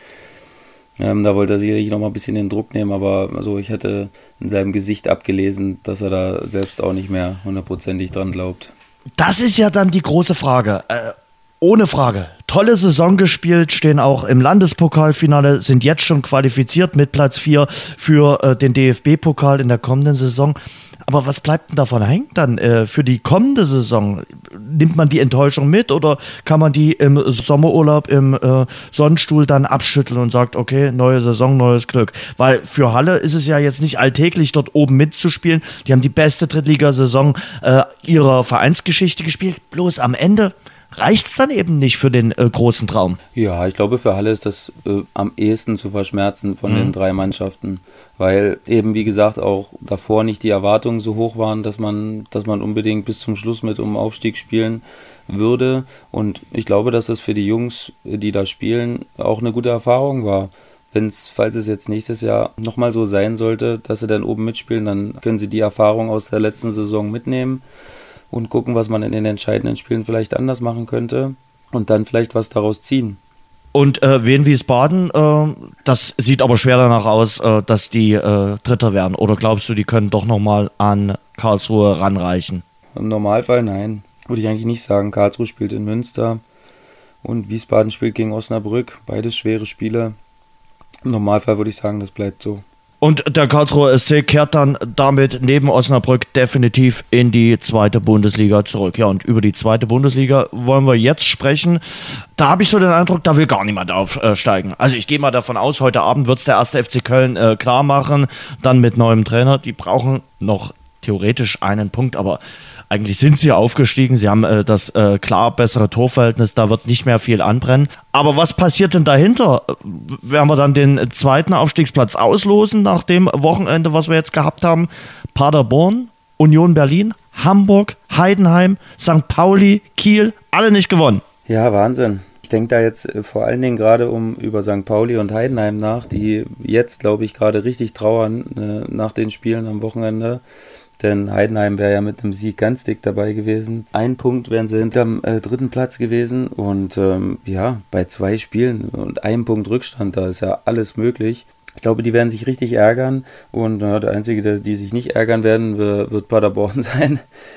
Da wollte er sicherlich noch mal ein bisschen den Druck nehmen, aber also ich hätte in seinem Gesicht abgelesen, dass er da selbst auch nicht mehr 100%ig dran glaubt. Das ist ja dann die große Frage. Ohne Frage. Tolle Saison gespielt, stehen auch im Landespokalfinale, sind jetzt schon qualifiziert mit Platz 4 für den DFB-Pokal in der kommenden Saison. Aber was bleibt denn davon hängen dann für die kommende Saison? Nimmt man die Enttäuschung mit oder kann man die im Sommerurlaub im Sonnenstuhl dann abschütteln und sagt, okay, neue Saison, neues Glück? Weil für Halle ist es ja jetzt nicht alltäglich, dort oben mitzuspielen. Die haben die beste Drittligasaison ihrer Vereinsgeschichte gespielt. Bloß am Ende reicht es dann eben nicht für den großen Traum. Ja, ich glaube, für Halle ist das am ehesten zu verschmerzen von den 3 Mannschaften, weil eben, wie gesagt, auch davor nicht die Erwartungen so hoch waren, dass man unbedingt bis zum Schluss mit um Aufstieg spielen würde. Und ich glaube, dass das für die Jungs, die da spielen, auch eine gute Erfahrung war. Falls es jetzt nächstes Jahr nochmal so sein sollte, dass sie dann oben mitspielen, dann können sie die Erfahrung aus der letzten Saison mitnehmen und gucken, was man in den entscheidenden Spielen vielleicht anders machen könnte und dann vielleicht was daraus ziehen. Und Wien Wiesbaden, das sieht aber schwer danach aus, dass die Dritter werden. Oder glaubst du, die können doch nochmal an Karlsruhe ranreichen? Im Normalfall nein, würde ich eigentlich nicht sagen. Karlsruhe spielt in Münster und Wiesbaden spielt gegen Osnabrück. Beides schwere Spiele. Im Normalfall würde ich sagen, das bleibt so. Und der Karlsruher SC kehrt dann damit neben Osnabrück definitiv in die 2. Bundesliga zurück. Ja, und über die 2. Bundesliga wollen wir jetzt sprechen. Da habe ich so den Eindruck, da will gar niemand aufsteigen. Also ich gehe mal davon aus, heute Abend wird es der 1. FC Köln klar machen, dann mit neuem Trainer. Die brauchen noch theoretisch einen Punkt, aber eigentlich sind sie aufgestiegen. Sie haben das klar bessere Torverhältnis, da wird nicht mehr viel anbrennen. Aber was passiert denn dahinter? Werden wir dann den zweiten Aufstiegsplatz auslosen nach dem Wochenende, was wir jetzt gehabt haben? Paderborn, Union Berlin, Hamburg, Heidenheim, St. Pauli, Kiel, alle nicht gewonnen. Ja, Wahnsinn. Ich denke da jetzt vor allen Dingen gerade über St. Pauli und Heidenheim nach, die jetzt, glaube ich, gerade richtig trauern nach den Spielen am Wochenende. Denn Heidenheim wäre ja mit einem Sieg ganz dick dabei gewesen. Ein Punkt wären sie hinterm dritten Platz gewesen. Und bei 2 Spielen und einem Punkt Rückstand, da ist ja alles möglich. Ich glaube, die werden sich richtig ärgern. Und der Einzige, die sich nicht ärgern werden, wird Paderborn sein.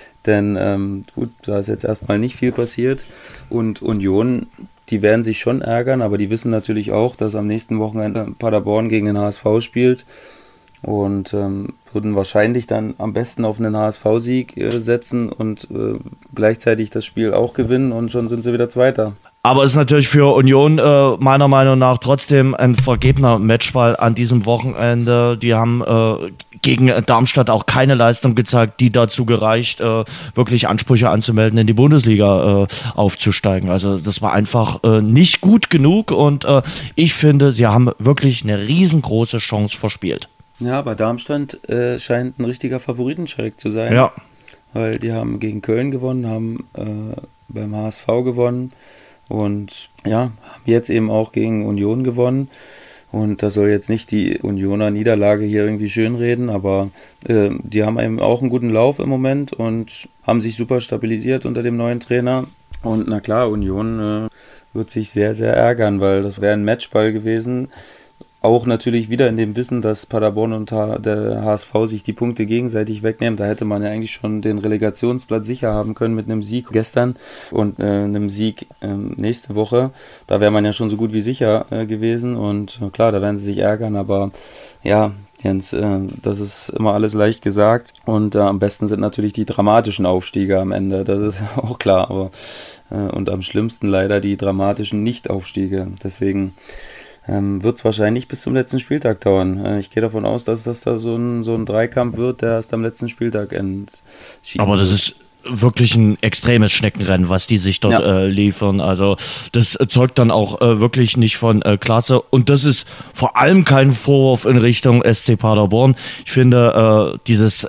Denn da ist jetzt erstmal nicht viel passiert. Und Union, die werden sich schon ärgern, aber die wissen natürlich auch, dass am nächsten Wochenende Paderborn gegen den HSV spielt. Und würden wahrscheinlich dann am besten auf einen HSV-Sieg setzen und gleichzeitig das Spiel auch gewinnen und schon sind sie wieder Zweiter. Aber es ist natürlich für Union meiner Meinung nach trotzdem ein vergebener Matchball an diesem Wochenende. Die haben gegen Darmstadt auch keine Leistung gezeigt, die dazu gereicht, wirklich Ansprüche anzumelden, in die Bundesliga aufzusteigen. Also das war einfach nicht gut genug und ich finde, sie haben wirklich eine riesengroße Chance verspielt. Ja, aber Darmstadt scheint ein richtiger Favoritenschreck zu sein. Ja. Weil die haben gegen Köln gewonnen, haben beim HSV gewonnen und ja, haben jetzt eben auch gegen Union gewonnen. Und da soll jetzt nicht die Unioner Niederlage hier irgendwie schönreden, aber die haben eben auch einen guten Lauf im Moment und haben sich super stabilisiert unter dem neuen Trainer. Und na klar, Union wird sich sehr, sehr ärgern, weil das wäre ein Matchball gewesen. Auch natürlich wieder in dem Wissen, dass Paderborn und der HSV sich die Punkte gegenseitig wegnehmen. Da hätte man ja eigentlich schon den Relegationsplatz sicher haben können mit einem Sieg gestern und einem Sieg nächste Woche. Da wäre man ja schon so gut wie sicher gewesen. Und klar, da werden sie sich ärgern. Aber ja, Jens, das ist immer alles leicht gesagt. Und am besten sind natürlich die dramatischen Aufstiege am Ende. Das ist auch klar. Aber, und am schlimmsten leider die dramatischen Nichtaufstiege. Deswegen wird es wahrscheinlich bis zum letzten Spieltag dauern. Ich gehe davon aus, dass das da so ein Dreikampf wird, der erst am letzten Spieltag entschieden. Aber das ist wirklich ein extremes Schneckenrennen, was die sich dort liefern. Also das zeugt dann auch wirklich nicht von Klasse. Und das ist vor allem kein Vorwurf in Richtung SC Paderborn. Ich finde, dieses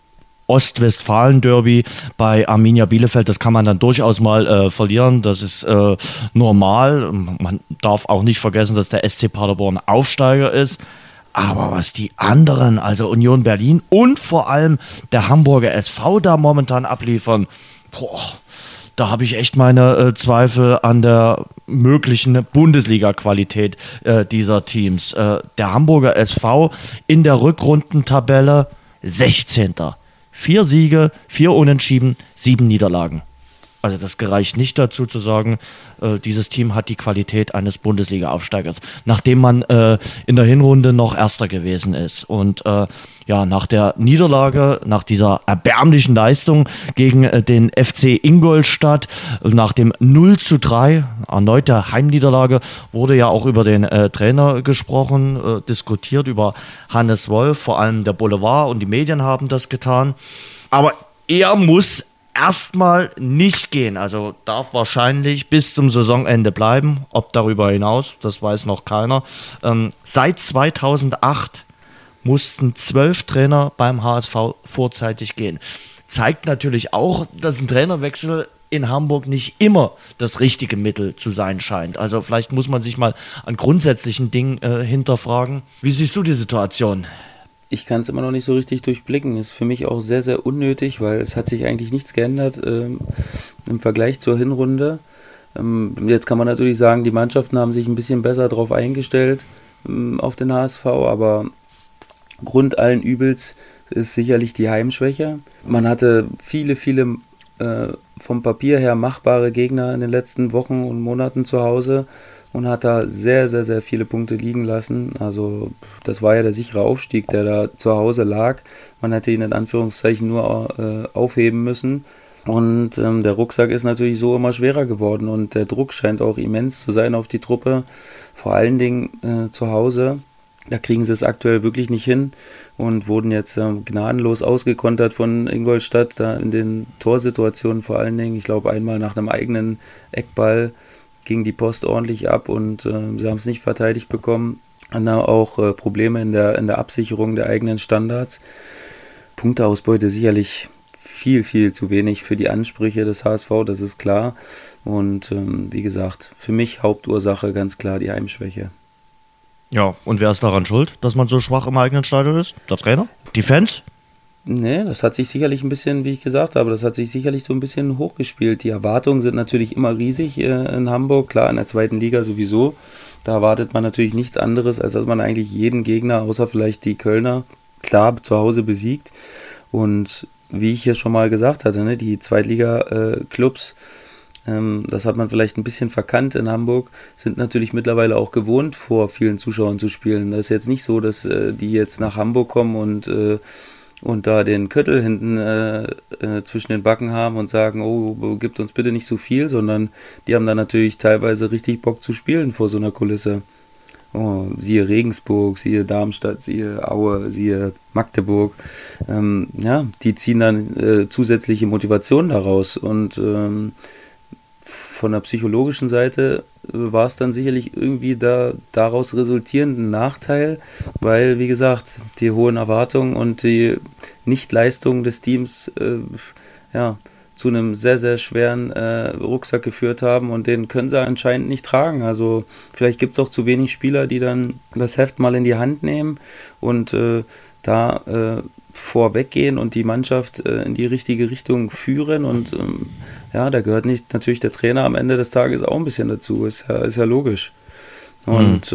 Ostwestfalen-Derby bei Arminia Bielefeld, das kann man dann durchaus mal verlieren. Das ist normal. Man darf auch nicht vergessen, dass der SC Paderborn Aufsteiger ist. Aber was die anderen, also Union Berlin und vor allem der Hamburger SV da momentan abliefern, da habe ich echt meine Zweifel an der möglichen Bundesliga-Qualität dieser Teams. Der Hamburger SV in der Rückrundentabelle 16. 4 Siege, 4 Unentschieden, 7 Niederlagen. Also das gereicht nicht dazu zu sagen, dieses Team hat die Qualität eines Bundesliga-Aufsteigers, nachdem man in der Hinrunde noch Erster gewesen ist. Und nach der Niederlage, nach dieser erbärmlichen Leistung gegen den FC Ingolstadt, nach dem 0:3, erneute Heimniederlage, wurde ja auch über den Trainer gesprochen, diskutiert über Hannes Wolf, vor allem der Boulevard und die Medien haben das getan. Aber er muss erstmal nicht gehen, also darf wahrscheinlich bis zum Saisonende bleiben. Ob darüber hinaus, das weiß noch keiner. Seit 2008 mussten 12 Trainer beim HSV vorzeitig gehen. Zeigt natürlich auch, dass ein Trainerwechsel in Hamburg nicht immer das richtige Mittel zu sein scheint. Also vielleicht muss man sich mal an grundsätzlichen Dingen hinterfragen. Wie siehst du die Situation? Ich kann es immer noch nicht so richtig durchblicken. Ist für mich auch sehr, sehr unnötig, weil es hat sich eigentlich nichts geändert im Vergleich zur Hinrunde. Jetzt kann man natürlich sagen, die Mannschaften haben sich ein bisschen besser darauf eingestellt auf den HSV, aber Grund allen Übels ist sicherlich die Heimschwäche. Man hatte viele vom Papier her machbare Gegner in den letzten Wochen und Monaten zu Hause und hat da sehr, sehr, sehr viele Punkte liegen lassen. Also das war ja der sichere Aufstieg, der da zu Hause lag. Man hätte ihn in Anführungszeichen nur aufheben müssen. Und der Rucksack ist natürlich so immer schwerer geworden und der Druck scheint auch immens zu sein auf die Truppe, vor allen Dingen zu Hause. Da kriegen sie es aktuell wirklich nicht hin und wurden jetzt gnadenlos ausgekontert von Ingolstadt, da in den Torsituationen vor allen Dingen. Ich glaube, einmal nach einem eigenen Eckball ging die Post ordentlich ab und sie haben es nicht verteidigt bekommen. Dann auch Probleme in der Absicherung der eigenen Standards. Punkteausbeute sicherlich viel, viel zu wenig für die Ansprüche des HSV, das ist klar. Und wie gesagt, für mich Hauptursache ganz klar die Heimschwäche. Ja, und wer ist daran schuld, dass man so schwach im eigenen Stadion ist? Der Trainer? Die Fans? Nee, das hat sich sicherlich ein bisschen, wie ich gesagt habe, das hat sich sicherlich so ein bisschen hochgespielt. Die Erwartungen sind natürlich immer riesig in Hamburg, klar in der zweiten Liga sowieso. Da erwartet man natürlich nichts anderes, als dass man eigentlich jeden Gegner, außer vielleicht die Kölner, klar zu Hause besiegt. Und wie ich hier schon mal gesagt hatte, ne, die Zweitliga-Clubs, das hat man vielleicht ein bisschen verkannt in Hamburg, sind natürlich mittlerweile auch gewohnt, vor vielen Zuschauern zu spielen. Das ist jetzt nicht so, dass die jetzt nach Hamburg kommen und da den Köttel hinten zwischen den Backen haben und sagen, oh, gibt uns bitte nicht so viel, sondern die haben da natürlich teilweise richtig Bock zu spielen vor so einer Kulisse. Oh, siehe Regensburg, siehe Darmstadt, siehe Aue, siehe Magdeburg. Ja, die ziehen dann zusätzliche Motivation daraus und von der psychologischen Seite war es dann sicherlich irgendwie daraus resultierenden Nachteil, weil, wie gesagt, die hohen Erwartungen und die Nichtleistungen des Teams zu einem sehr, sehr schweren Rucksack geführt haben und den können sie anscheinend nicht tragen. Also vielleicht gibt es auch zu wenig Spieler, die dann das Heft mal in die Hand nehmen und vorweggehen und die Mannschaft in die richtige Richtung führen und da gehört natürlich der Trainer am Ende des Tages auch ein bisschen dazu, ist ja logisch. Und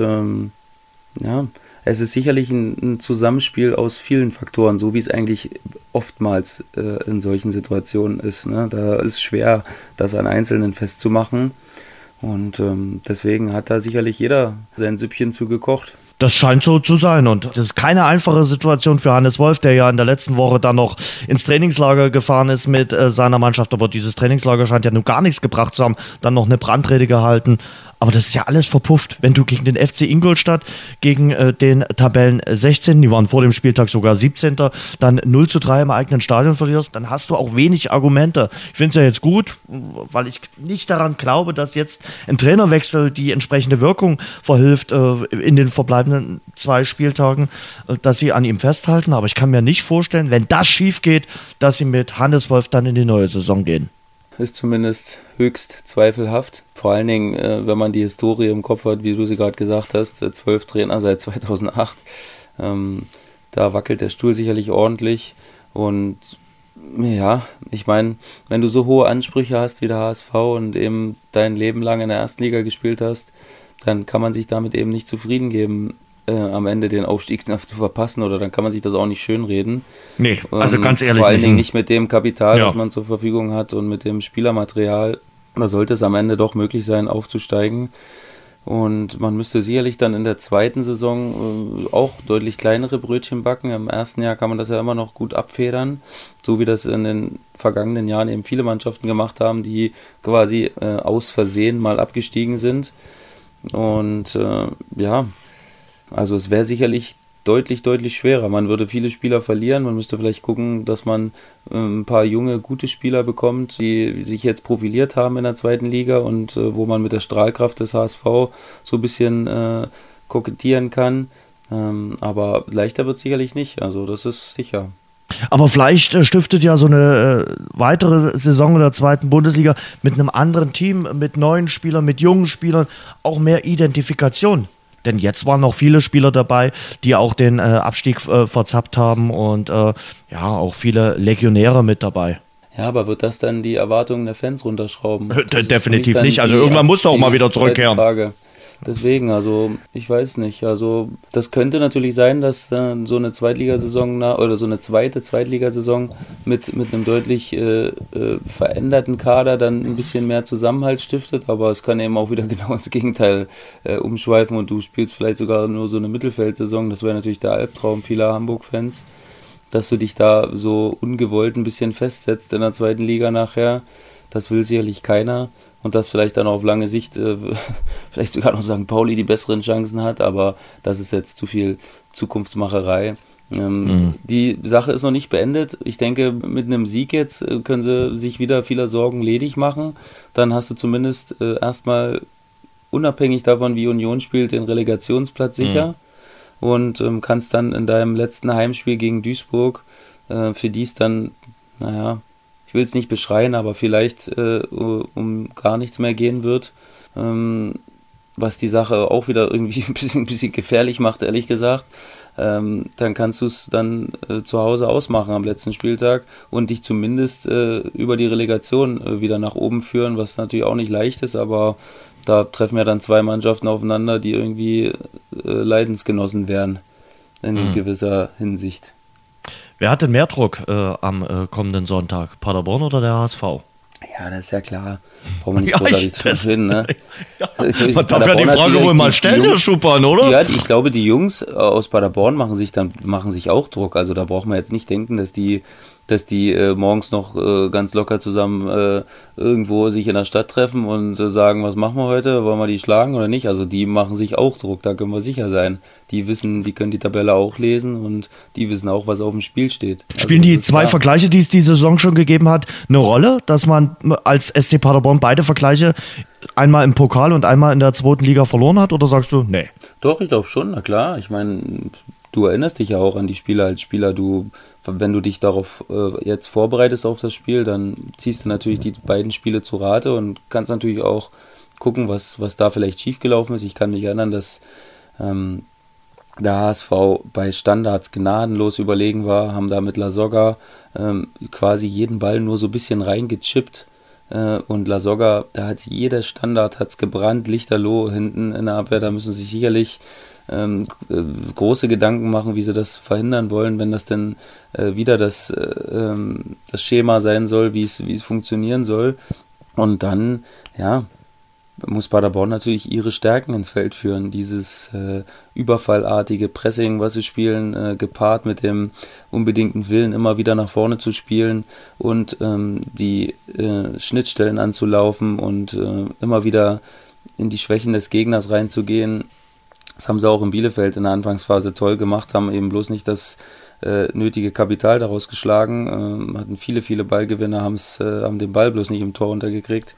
es ist sicherlich ein Zusammenspiel aus vielen Faktoren, so wie es eigentlich oftmals in solchen Situationen ist. Ne? Da ist es schwer, das an Einzelnen festzumachen und deswegen hat da sicherlich jeder sein Süppchen zugekocht. Das scheint so zu sein und das ist keine einfache Situation für Hannes Wolf, der ja in der letzten Woche dann noch ins Trainingslager gefahren ist mit seiner Mannschaft, aber dieses Trainingslager scheint ja nun gar nichts gebracht zu haben, dann noch eine Brandrede gehalten. Aber das ist ja alles verpufft, wenn du gegen den FC Ingolstadt, gegen den Tabellen 16, die waren vor dem Spieltag sogar 17., dann 0:3 im eigenen Stadion verlierst, dann hast du auch wenig Argumente. Ich finde es ja jetzt gut, weil ich nicht daran glaube, dass jetzt ein Trainerwechsel die entsprechende Wirkung verhilft in den verbleibenden 2 Spieltagen, dass sie an ihm festhalten. Aber ich kann mir nicht vorstellen, wenn das schief geht, dass sie mit Hannes Wolf dann in die neue Saison gehen. Ist zumindest höchst zweifelhaft. Vor allen Dingen, wenn man die Historie im Kopf hat, wie du sie gerade gesagt hast, 12 Trainer seit 2008. Da wackelt der Stuhl sicherlich ordentlich. Und ja, ich meine, wenn du so hohe Ansprüche hast wie der HSV und eben dein Leben lang in der ersten Liga gespielt hast, dann kann man sich damit eben nicht zufrieden geben, am Ende den Aufstieg zu verpassen, oder dann kann man sich das auch nicht schönreden. Nee, also ganz ehrlich. Vor allen Dingen nicht mit dem Kapital, das man zur Verfügung hat und mit dem Spielermaterial. Da sollte es am Ende doch möglich sein, aufzusteigen. Und man müsste sicherlich dann in der zweiten Saison auch deutlich kleinere Brötchen backen. Im ersten Jahr kann man das ja immer noch gut abfedern, so wie das in den vergangenen Jahren eben viele Mannschaften gemacht haben, die quasi aus Versehen mal abgestiegen sind. Und also es wäre sicherlich deutlich, deutlich schwerer. Man würde viele Spieler verlieren. Man müsste vielleicht gucken, dass man ein paar junge, gute Spieler bekommt, die sich jetzt profiliert haben in der zweiten Liga und wo man mit der Strahlkraft des HSV so ein bisschen kokettieren kann. Aber leichter wird es sicherlich nicht. Also das ist sicher. Aber vielleicht stiftet ja so eine weitere Saison in der zweiten Bundesliga mit einem anderen Team, mit neuen Spielern, mit jungen Spielern auch mehr Identifikation. Denn jetzt waren noch viele Spieler dabei, die auch den Abstieg verzappt haben und auch viele Legionäre mit dabei. Ja, aber wird das dann die Erwartungen der Fans runterschrauben? Definitiv nicht. Also irgendwann musst du auch mal wieder zurückkehren. Frage. Deswegen, also ich weiß nicht. Also das könnte natürlich sein, dass so eine Zweitligasaison oder so eine zweite Zweitligasaison mit einem deutlich veränderten Kader dann ein bisschen mehr Zusammenhalt stiftet, aber es kann eben auch wieder genau ins Gegenteil umschweifen und du spielst vielleicht sogar nur so eine Mittelfeldsaison. Das wäre natürlich der Albtraum vieler Hamburg-Fans, dass du dich da so ungewollt ein bisschen festsetzt in der zweiten Liga nachher. Das will sicherlich keiner. Und dass vielleicht dann auf lange Sicht vielleicht sogar noch St. Pauli die besseren Chancen hat, aber das ist jetzt zu viel Zukunftsmacherei. Die Sache ist noch nicht beendet. Ich denke, mit einem Sieg jetzt können sie sich wieder vieler Sorgen ledig machen. Dann hast du zumindest erstmal unabhängig davon, wie Union spielt, den Relegationsplatz sicher und kannst dann in deinem letzten Heimspiel gegen Duisburg, für die es dann, naja, ich will es nicht beschreien, aber vielleicht um gar nichts mehr gehen wird, was die Sache auch wieder irgendwie ein bisschen gefährlich macht, ehrlich gesagt. Dann kannst du es dann zu Hause ausmachen am letzten Spieltag und dich zumindest über die Relegation wieder nach oben führen, was natürlich auch nicht leicht ist, aber da treffen ja dann zwei Mannschaften aufeinander, die irgendwie Leidensgenossen wären in gewisser Hinsicht. Wer hat denn mehr Druck am kommenden Sonntag? Paderborn oder der HSV? Ja, das ist ja klar. Brauchen wir nicht großartig drüber reden, ne? Ja, man darf ja die Frage wohl mal stellen, Herr Schuppan, oder? Ja, ich glaube, die Jungs aus Paderborn machen sich auch Druck. Also da braucht man jetzt nicht denken, dass die morgens noch ganz locker zusammen irgendwo sich in der Stadt treffen und sagen, was machen wir heute, wollen wir die schlagen oder nicht? Also die machen sich auch Druck, da können wir sicher sein. Die wissen, die können die Tabelle auch lesen und die wissen auch, was auf dem Spiel steht. Spielen die zwei Vergleiche, die es die Saison schon gegeben hat, eine Rolle, dass man als SC Paderborn beide Vergleiche einmal im Pokal und einmal in der zweiten Liga verloren hat, oder sagst du, nee? Doch, ich glaube schon, na klar. Ich meine, du erinnerst dich ja auch an die Spieler als Spieler, wenn du dich darauf jetzt vorbereitest auf das Spiel, dann ziehst du natürlich die beiden Spiele zu Rate und kannst natürlich auch gucken, was da vielleicht schiefgelaufen ist. Ich kann mich erinnern, dass der HSV bei Standards gnadenlos überlegen war, haben da mit Lasogga quasi jeden Ball nur so ein bisschen reingechippt und Lasogga, da hat jeder Standard hat's gebrannt, lichterloh hinten in der Abwehr, da müssen sie sich sicherlich große Gedanken machen, wie sie das verhindern wollen, wenn das denn wieder das Schema sein soll, wie es funktionieren soll. Und dann, ja, muss Paderborn natürlich ihre Stärken ins Feld führen. Dieses überfallartige Pressing, was sie spielen, gepaart mit dem unbedingten Willen, immer wieder nach vorne zu spielen und die Schnittstellen anzulaufen und immer wieder in die Schwächen des Gegners reinzugehen. Das haben sie auch in Bielefeld in der Anfangsphase toll gemacht, haben eben bloß nicht das nötige Kapital daraus geschlagen, hatten viele Ballgewinne, haben den Ball bloß nicht im Tor untergekriegt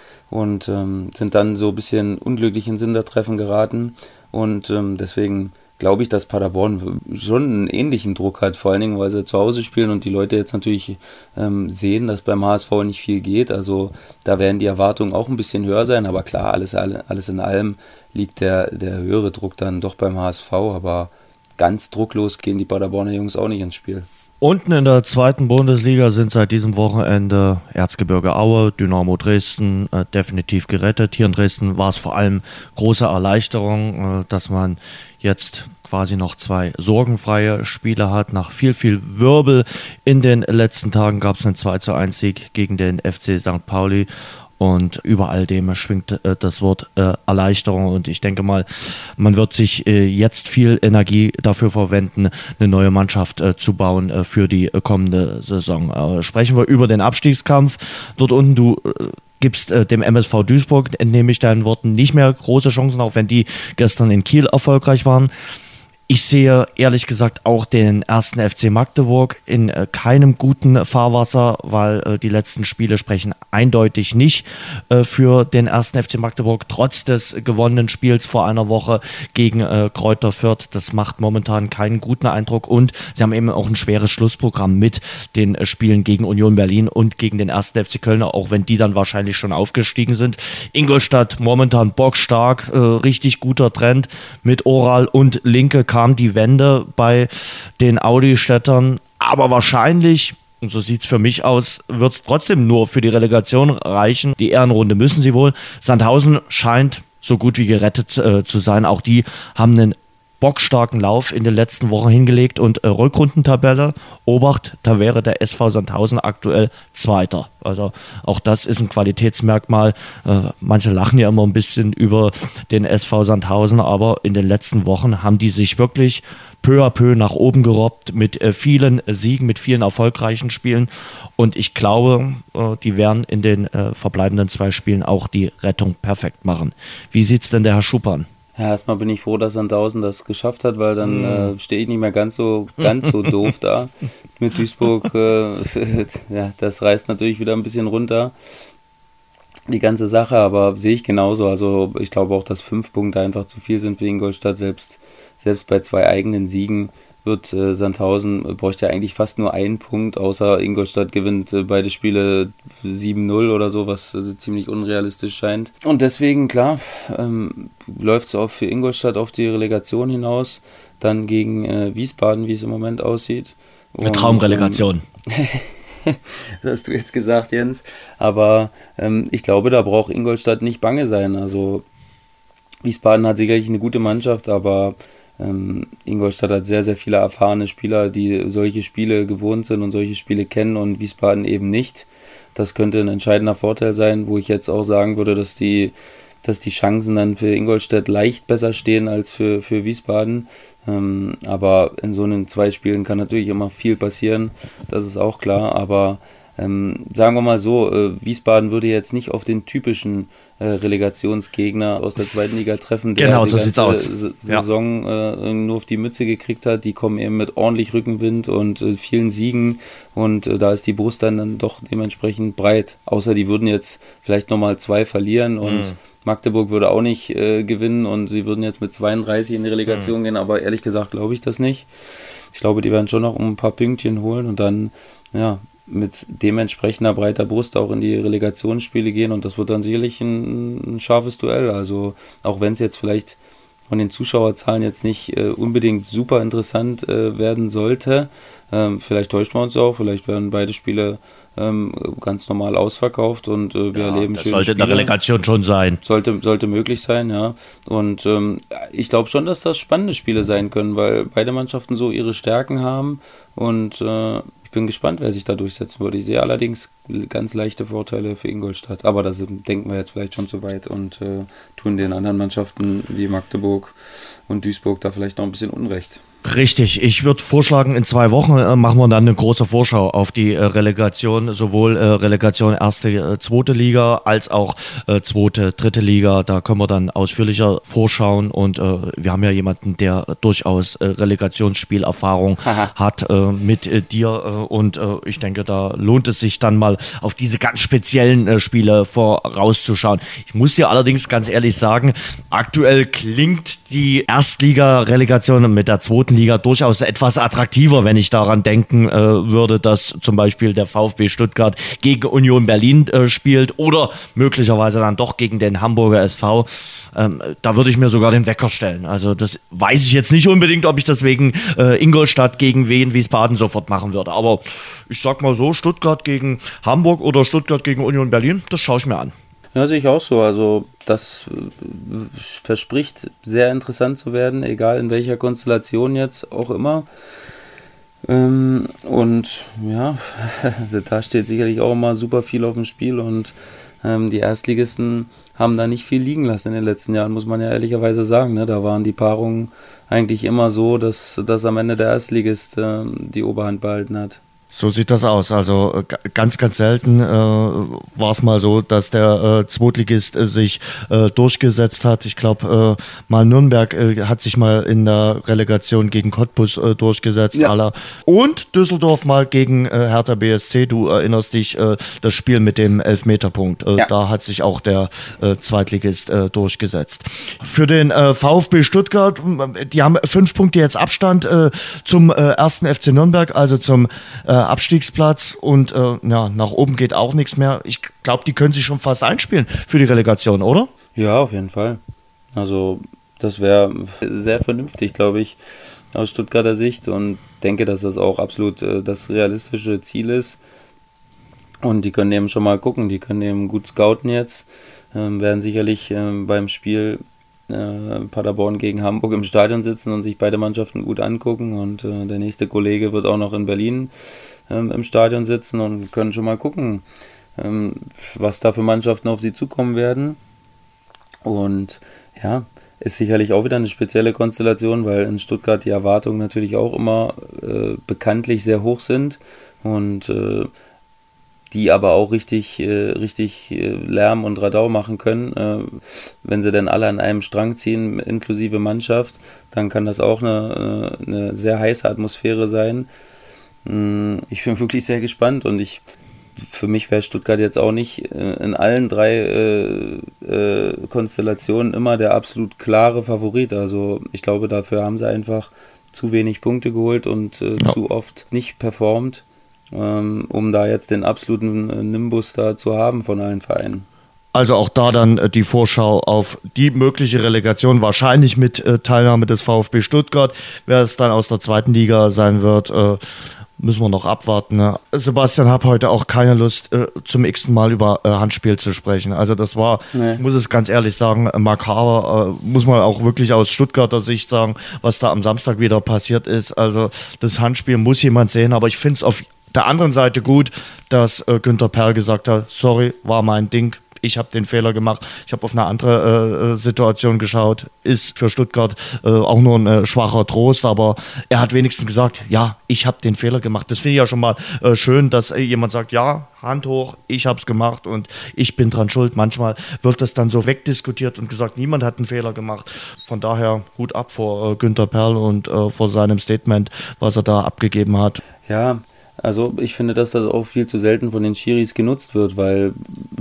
und sind dann so ein bisschen unglücklich in Sindertreffen geraten und deswegen glaube ich, dass Paderborn schon einen ähnlichen Druck hat, vor allen Dingen, weil sie zu Hause spielen und die Leute jetzt natürlich sehen, dass beim HSV nicht viel geht. Also da werden die Erwartungen auch ein bisschen höher sein, aber klar, alles in allem liegt der höhere Druck dann doch beim HSV, aber ganz drucklos gehen die Paderborner Jungs auch nicht ins Spiel. Unten in der zweiten Bundesliga sind seit diesem Wochenende Erzgebirge Aue, Dynamo Dresden definitiv gerettet. Hier in Dresden war es vor allem große Erleichterung, dass man jetzt quasi noch 2 sorgenfreie Spiele hat. Nach viel Wirbel in den letzten Tagen gab es einen 2:1 gegen den FC St. Pauli. Und über all dem schwingt das Wort Erleichterung. Und ich denke mal, man wird sich jetzt viel Energie dafür verwenden, eine neue Mannschaft zu bauen für die kommende Saison. Sprechen wir über den Abstiegskampf. Dort unten, du gibst dem MSV Duisburg, entnehme ich deinen Worten, nicht mehr große Chancen, auch wenn die gestern in Kiel erfolgreich waren. Ich sehe ehrlich gesagt auch den 1. FC Magdeburg in keinem guten Fahrwasser, weil die letzten Spiele sprechen eindeutig nicht für den 1. FC Magdeburg, trotz des gewonnenen Spiels vor einer Woche gegen Kräuter Fürth. Das macht momentan keinen guten Eindruck und sie haben eben auch ein schweres Schlussprogramm mit den Spielen gegen Union Berlin und gegen den 1. FC Köln, auch wenn die dann wahrscheinlich schon aufgestiegen sind. Ingolstadt momentan bockstark, richtig guter Trend mit Oral und Linke kam die Wende bei den Audi-Städtern, aber wahrscheinlich, und so sieht es für mich aus, wird es trotzdem nur für die Relegation reichen. Die Ehrenrunde müssen sie wohl. Sandhausen scheint so gut wie gerettet zu sein. Auch die haben einen bockstarken Lauf in den letzten Wochen hingelegt und Rückrundentabelle, Obacht, da wäre der SV Sandhausen aktuell Zweiter. Also auch das ist ein Qualitätsmerkmal. Manche lachen ja immer ein bisschen über den SV Sandhausen, aber in den letzten Wochen haben die sich wirklich peu à peu nach oben gerobbt mit vielen Siegen, mit vielen erfolgreichen Spielen. Und ich glaube, die werden in den verbleibenden 2 Spielen auch die Rettung perfekt machen. Wie sieht's denn der Herr Schuppan? Ja, erstmal bin ich froh, dass Sandhausen das geschafft hat, weil dann stehe ich nicht mehr ganz so doof da mit Duisburg. Ja, das reißt natürlich wieder ein bisschen runter, die ganze Sache, aber sehe ich genauso. Also ich glaube auch, dass 5 Punkte einfach zu viel sind für Ingolstadt. Selbst bei 2 eigenen Siegen wird Sandhausen, bräuchte ja eigentlich fast nur 1 Punkt, außer Ingolstadt gewinnt beide Spiele 7-0 oder so, was ziemlich unrealistisch scheint. Und deswegen, klar, läuft es auch für Ingolstadt auf die Relegation hinaus, dann gegen Wiesbaden, wie es im Moment aussieht. Eine Traumrelegation. Das hast du jetzt gesagt, Jens. Aber ich glaube, da braucht Ingolstadt nicht bange sein. Also Wiesbaden hat sicherlich eine gute Mannschaft, aber Ingolstadt hat sehr, sehr viele erfahrene Spieler, die solche Spiele gewohnt sind und solche Spiele kennen und Wiesbaden eben nicht. Das könnte ein entscheidender Vorteil sein, wo ich jetzt auch sagen würde, dass die Chancen dann für Ingolstadt leicht besser stehen als für Wiesbaden. Aber in so einen 2 Spielen kann natürlich immer viel passieren, das ist auch klar. Aber sagen wir mal so, Wiesbaden würde jetzt nicht auf den typischen Relegationsgegner aus der 2. Liga treffen, der genau, die so ganze Saison nur auf die Mütze gekriegt hat. Die kommen eben mit ordentlich Rückenwind und vielen Siegen und da ist die Brust dann doch dementsprechend breit. Außer die würden jetzt vielleicht nochmal 2 verlieren und Magdeburg würde auch nicht gewinnen und sie würden jetzt mit 32 in die Relegation gehen, aber ehrlich gesagt glaube ich das nicht. Ich glaube, die werden schon noch um ein paar Pünktchen holen und dann, ja, mit dementsprechender breiter Brust auch in die Relegationsspiele gehen und das wird dann sicherlich ein scharfes Duell. Also auch wenn es jetzt vielleicht von den Zuschauerzahlen jetzt nicht unbedingt super interessant werden sollte, vielleicht täuschen wir uns auch, vielleicht werden beide Spiele ganz normal ausverkauft und wir erleben schöne Spiele. Sollte in der Relegation schon sein. Sollte möglich sein, ja. Und ich glaube schon, dass das spannende Spiele sein können, weil beide Mannschaften so ihre Stärken haben und ich bin gespannt, wer sich da durchsetzen würde. Ich sehe allerdings ganz leichte Vorteile für Ingolstadt. Aber das denken wir jetzt vielleicht schon zu weit und tun den anderen Mannschaften wie Magdeburg und Duisburg da vielleicht noch ein bisschen Unrecht. Richtig, ich würde vorschlagen, in 2 Wochen machen wir dann eine große Vorschau auf die Relegation, sowohl Relegation 1., 2. Liga als auch 2., 3. Liga. Da können wir dann ausführlicher vorschauen und wir haben ja jemanden, der durchaus Relegationsspielerfahrung hat mit dir und ich denke, da lohnt es sich dann mal auf diese ganz speziellen Spiele vorauszuschauen. Ich muss dir allerdings ganz ehrlich sagen, aktuell klingt die Erstliga-Relegation mit der 2. Liga durchaus etwas attraktiver, wenn ich daran denken würde, dass zum Beispiel der VfB Stuttgart gegen Union Berlin spielt oder möglicherweise dann doch gegen den Hamburger SV. Da würde ich mir sogar den Wecker stellen. Also das weiß ich jetzt nicht unbedingt, ob ich das wegen Ingolstadt gegen Wien Wiesbaden sofort machen würde. Aber ich sag mal so, Stuttgart gegen Hamburg oder Stuttgart gegen Union Berlin, das schaue ich mir an. Ja, sehe ich auch so. Also das verspricht sehr interessant zu werden, egal in welcher Konstellation jetzt auch immer. Und ja, da steht sicherlich auch immer super viel auf dem Spiel und die Erstligisten haben da nicht viel liegen lassen in den letzten Jahren, muss man ja ehrlicherweise sagen. Ne? Da waren die Paarungen eigentlich immer so, dass am Ende der Erstligist die Oberhand behalten hat. So sieht das aus. Also ganz, ganz selten war es mal so, dass der Zweitligist sich durchgesetzt hat. Ich glaube, mal Nürnberg hat sich mal in der Relegation gegen Cottbus durchgesetzt. Ja. Und Düsseldorf mal gegen Hertha BSC. Du erinnerst dich, das Spiel mit dem Elfmeterpunkt. Ja. Da hat sich auch der Zweitligist durchgesetzt. Für den VfB Stuttgart, die haben 5 Punkte jetzt Abstand zum 1. FC Nürnberg, also zum Abstiegsplatz und nach oben geht auch nichts mehr. Ich glaube, die können sich schon fast einspielen für die Relegation, oder? Ja, auf jeden Fall. Also das wäre sehr vernünftig, glaube ich, aus Stuttgarter Sicht und denke, dass das auch absolut das realistische Ziel ist. Und die können eben schon mal gucken, die können eben gut scouten jetzt, werden sicherlich beim Spiel Paderborn gegen Hamburg im Stadion sitzen und sich beide Mannschaften gut angucken und der nächste Kollege wird auch noch in Berlin im Stadion sitzen und können schon mal gucken, was da für Mannschaften auf sie zukommen werden. Und ja, ist sicherlich auch wieder eine spezielle Konstellation, weil in Stuttgart die Erwartungen natürlich auch immer bekanntlich sehr hoch sind und die aber auch richtig Lärm und Radau machen können. Wenn sie dann alle an einem Strang ziehen, inklusive Mannschaft, dann kann das auch eine sehr heiße Atmosphäre sein. Ich bin wirklich sehr gespannt und für mich wäre Stuttgart jetzt auch nicht in allen 3 Konstellationen immer der absolut klare Favorit. Also ich glaube, dafür haben sie einfach zu wenig Punkte geholt und zu oft nicht performt, um da jetzt den absoluten Nimbus da zu haben von allen Vereinen. Also auch da dann die Vorschau auf die mögliche Relegation, wahrscheinlich mit Teilnahme des VfB Stuttgart. Wer es dann aus der 2. Liga sein wird, müssen wir noch abwarten. Ne? Sebastian, habe heute auch keine Lust, zum x-ten Mal über Handspiel zu sprechen. Also das war, Ich muss es ganz ehrlich sagen, makaber, muss man auch wirklich aus Stuttgarter Sicht sagen, was da am Samstag wieder passiert ist. Also das Handspiel muss jemand sehen, aber ich finde es auf der anderen Seite gut, dass Günther Perl gesagt hat, sorry, war mein Ding. Ich habe den Fehler gemacht. Ich habe auf eine andere Situation geschaut. Ist für Stuttgart auch nur ein schwacher Trost, aber er hat wenigstens gesagt, ja, ich habe den Fehler gemacht. Das finde ich ja schon mal schön, dass jemand sagt, ja, Hand hoch, ich habe es gemacht und ich bin dran schuld. Manchmal wird das dann so wegdiskutiert und gesagt, niemand hat einen Fehler gemacht. Von daher Hut ab vor Günther Perl und vor seinem Statement, was er da abgegeben hat. Ja, also ich finde, dass das auch viel zu selten von den Schiris genutzt wird, weil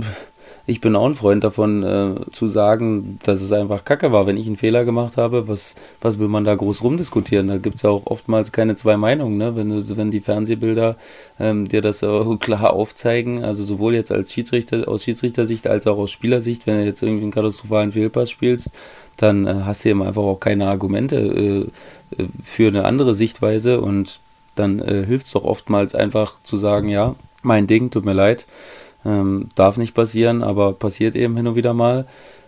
ich bin auch ein Freund davon, zu sagen, dass es einfach Kacke war. Wenn ich einen Fehler gemacht habe, was will man da groß rumdiskutieren? Da gibt es ja auch oftmals keine 2 Meinungen, ne? Wenn die Fernsehbilder dir das klar aufzeigen, also sowohl jetzt als Schiedsrichter, aus Schiedsrichtersicht als auch aus Spielersicht, wenn du jetzt irgendwie einen katastrophalen Fehlpass spielst, dann hast du eben einfach auch keine Argumente für eine andere Sichtweise und dann hilft es doch oftmals einfach zu sagen, ja, mein Ding, tut mir leid, darf nicht passieren, aber passiert eben hin und wieder mal.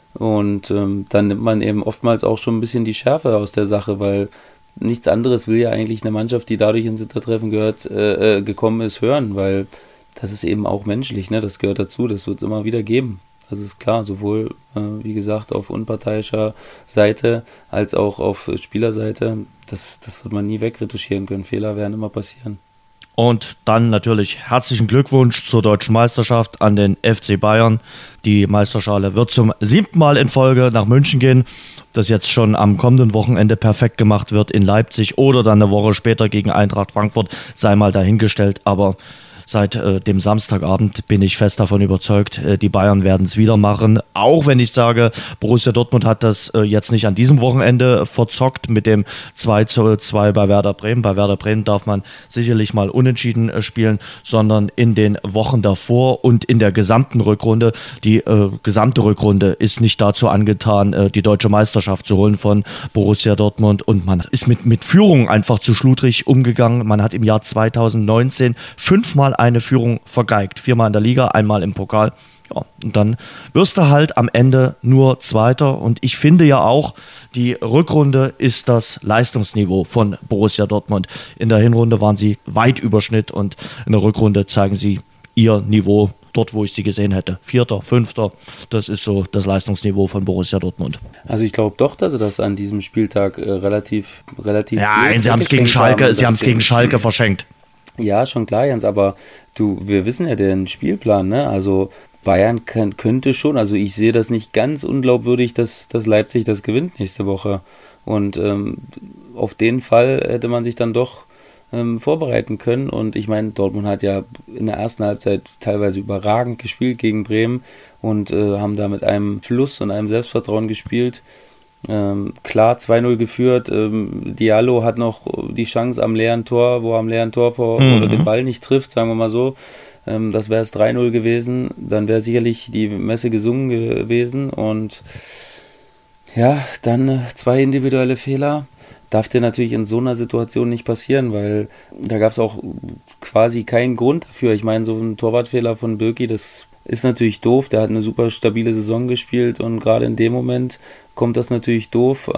Und dann nimmt man eben oftmals auch schon ein bisschen die Schärfe aus der Sache, weil nichts anderes will ja eigentlich eine Mannschaft, die dadurch ins Hintertreffen gekommen ist, hören, weil das ist eben auch menschlich, ne? Das gehört dazu, das wird es immer wieder geben. Das ist klar, sowohl, wie gesagt, auf unparteiischer Seite als auch auf Spielerseite. Das wird man nie wegretuschieren können. Fehler werden immer passieren. Und dann natürlich herzlichen Glückwunsch zur Deutschen Meisterschaft an den FC Bayern. Die Meisterschale wird zum 7. Mal in Folge nach München gehen. Das jetzt schon am kommenden Wochenende perfekt gemacht wird in Leipzig oder dann eine Woche später gegen Eintracht Frankfurt, sei mal dahingestellt. Aber seit dem Samstagabend bin ich fest davon überzeugt, die Bayern werden es wieder machen. Auch wenn ich sage, Borussia Dortmund hat das jetzt nicht an diesem Wochenende verzockt mit dem 2:2 bei Werder Bremen. Bei Werder Bremen darf man sicherlich mal unentschieden spielen, sondern in den Wochen davor und in der gesamten Rückrunde. Die gesamte Rückrunde ist nicht dazu angetan, die deutsche Meisterschaft zu holen von Borussia Dortmund. Und man ist mit Führung einfach zu schludrig umgegangen. Man hat im Jahr 2019 5-mal eine Führung vergeigt. 4-mal in der Liga, einmal im Pokal. Ja, und dann wirst du halt am Ende nur Zweiter. Und ich finde ja auch, die Rückrunde ist das Leistungsniveau von Borussia Dortmund. In der Hinrunde waren sie weit über Schnitt und in der Rückrunde zeigen sie ihr Niveau dort, wo ich sie gesehen hätte. 4., 5., das ist so das Leistungsniveau von Borussia Dortmund. Also ich glaube doch, dass sie das an diesem Spieltag relativ. Ja, sie haben es gegen Schalke verschenkt. Ja, schon klar, Jens, aber wir wissen ja den Spielplan, ne? Also Bayern könnte schon, also ich sehe das nicht ganz unglaubwürdig, dass Leipzig das gewinnt nächste Woche. Und auf den Fall hätte man sich dann doch vorbereiten können. Und ich meine, Dortmund hat ja in der ersten Halbzeit teilweise überragend gespielt gegen Bremen und haben da mit einem Fluss und einem Selbstvertrauen gespielt. Klar 2-0 geführt, Diallo hat noch die Chance am leeren Tor, wo er am leeren Tor oder den Ball nicht trifft, sagen wir mal so, das wäre es 3-0 gewesen, dann wäre sicherlich die Messe gesungen gewesen und ja, dann 2 individuelle Fehler, darf dir natürlich in so einer Situation nicht passieren, weil da gab es auch quasi keinen Grund dafür. Ich meine, so ein Torwartfehler von Birki, das ist natürlich doof, der hat eine super stabile Saison gespielt und gerade in dem Moment kommt das natürlich doof.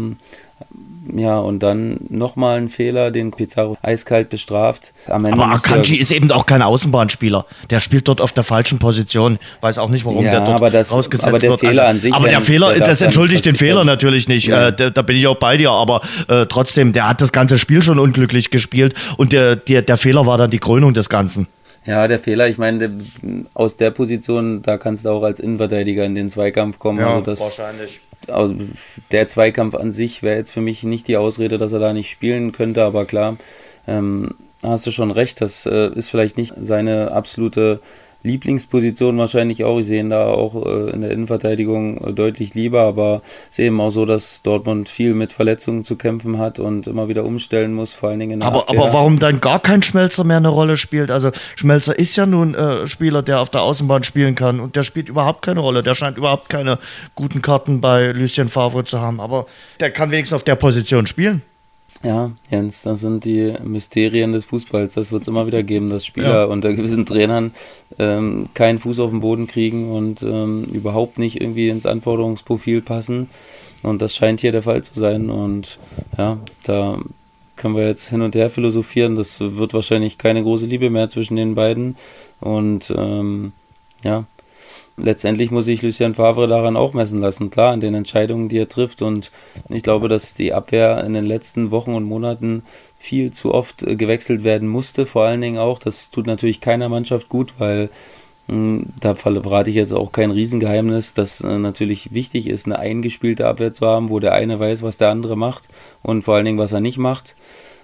Ja, und dann nochmal ein Fehler, den Pizarro eiskalt bestraft. Am Ende aber Akanji ist eben auch kein Außenbahnspieler. Der spielt dort auf der falschen Position. Weiß auch nicht, warum der dort rausgesetzt aber der wird. Fehler an sich, aber der Fehler, das entschuldigt den Fehler natürlich nicht. Ja. Da bin ich auch bei dir. Aber trotzdem, der hat das ganze Spiel schon unglücklich gespielt. Und der Fehler war dann die Krönung des Ganzen. Ja, der Fehler, ich meine, aus der Position, da kannst du auch als Innenverteidiger in den Zweikampf kommen. Ja, also das, wahrscheinlich. Also der Zweikampf an sich wäre jetzt für mich nicht die Ausrede, dass er da nicht spielen könnte, aber klar, hast du schon recht, das ist vielleicht nicht seine absolute Lieblingsposition wahrscheinlich auch. Ich sehe ihn da auch in der Innenverteidigung deutlich lieber, aber es ist eben auch so, dass Dortmund viel mit Verletzungen zu kämpfen hat und immer wieder umstellen muss, vor allen Dingen in der Abwehr. Aber warum dann gar kein Schmelzer mehr eine Rolle spielt? Also Schmelzer ist ja nun Spieler, der auf der Außenbahn spielen kann und der spielt überhaupt keine Rolle. Der scheint überhaupt keine guten Karten bei Lucien Favre zu haben, aber der kann wenigstens auf der Position spielen. Ja, Jens, das sind die Mysterien des Fußballs. Das wird es immer wieder geben, dass Spieler unter gewissen Trainern keinen Fuß auf den Boden kriegen und überhaupt nicht irgendwie ins Anforderungsprofil passen. Und das scheint hier der Fall zu sein. Und ja, da können wir jetzt hin und her philosophieren. Das wird wahrscheinlich keine große Liebe mehr zwischen den beiden. Und ja, letztendlich muss sich Lucien Favre daran auch messen lassen, klar, an den Entscheidungen, die er trifft. Und ich glaube, dass die Abwehr in den letzten Wochen und Monaten viel zu oft gewechselt werden musste. Vor allen Dingen auch, das tut natürlich keiner Mannschaft gut, weil da verrate ich jetzt auch kein Riesengeheimnis, dass natürlich wichtig ist, eine eingespielte Abwehr zu haben, wo der eine weiß, was der andere macht und vor allen Dingen, was er nicht macht.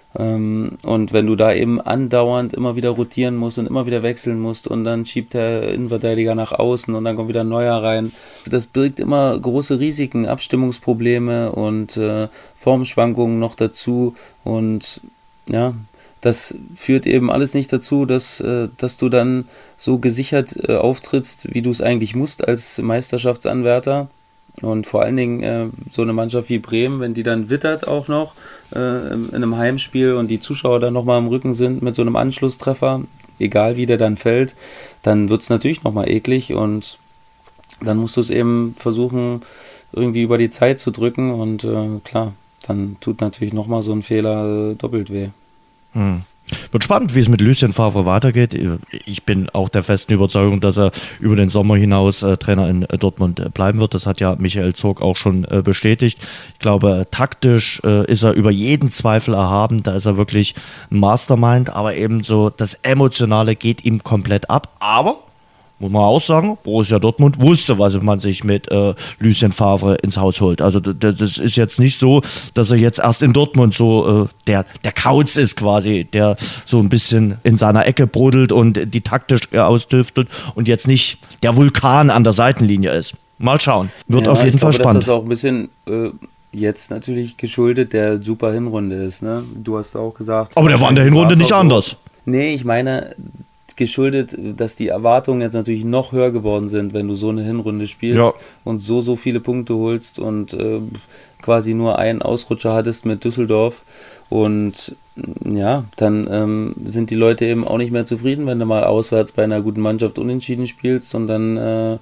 Und wenn du da eben andauernd immer wieder rotieren musst und immer wieder wechseln musst und dann schiebt der Innenverteidiger nach außen und dann kommt wieder ein neuer rein, das birgt immer große Risiken, Abstimmungsprobleme und Formschwankungen noch dazu und ja, das führt eben alles nicht dazu, dass du dann so gesichert auftrittst, wie du es eigentlich musst als Meisterschaftsanwärter. Und vor allen Dingen so eine Mannschaft wie Bremen, wenn die dann wittert auch noch in einem Heimspiel und die Zuschauer dann nochmal im Rücken sind mit so einem Anschlusstreffer, egal wie der dann fällt, dann wird es natürlich nochmal eklig und dann musst du es eben versuchen, irgendwie über die Zeit zu drücken und klar, dann tut natürlich nochmal so ein Fehler doppelt weh. Wird spannend, wie es mit Lucien Favre weitergeht. Ich bin auch der festen Überzeugung, dass er über den Sommer hinaus Trainer in Dortmund bleiben wird. Das hat ja Michael Zorc auch schon bestätigt. Ich glaube, taktisch ist er über jeden Zweifel erhaben. Da ist er wirklich ein Mastermind, aber eben so das Emotionale geht ihm komplett ab. Aber muss man auch sagen, Borussia Dortmund wusste, was man sich mit Lucien Favre ins Haus holt. Also das ist jetzt nicht so, dass er jetzt erst in Dortmund so der Kauz ist quasi, der so ein bisschen in seiner Ecke brodelt und die taktisch austüftelt und jetzt nicht der Vulkan an der Seitenlinie ist. Mal schauen. Wird auf jeden Fall spannend. Das ist auch ein bisschen jetzt natürlich geschuldet der super Hinrunde ist. Ne? Du hast auch gesagt. Aber der war in der Hinrunde nicht anders. Nee, ich meine geschuldet, dass die Erwartungen jetzt natürlich noch höher geworden sind, wenn du so eine Hinrunde spielst und so viele Punkte holst und quasi nur einen Ausrutscher hattest mit Düsseldorf und ja, dann sind die Leute eben auch nicht mehr zufrieden, wenn du mal auswärts bei einer guten Mannschaft unentschieden spielst und dann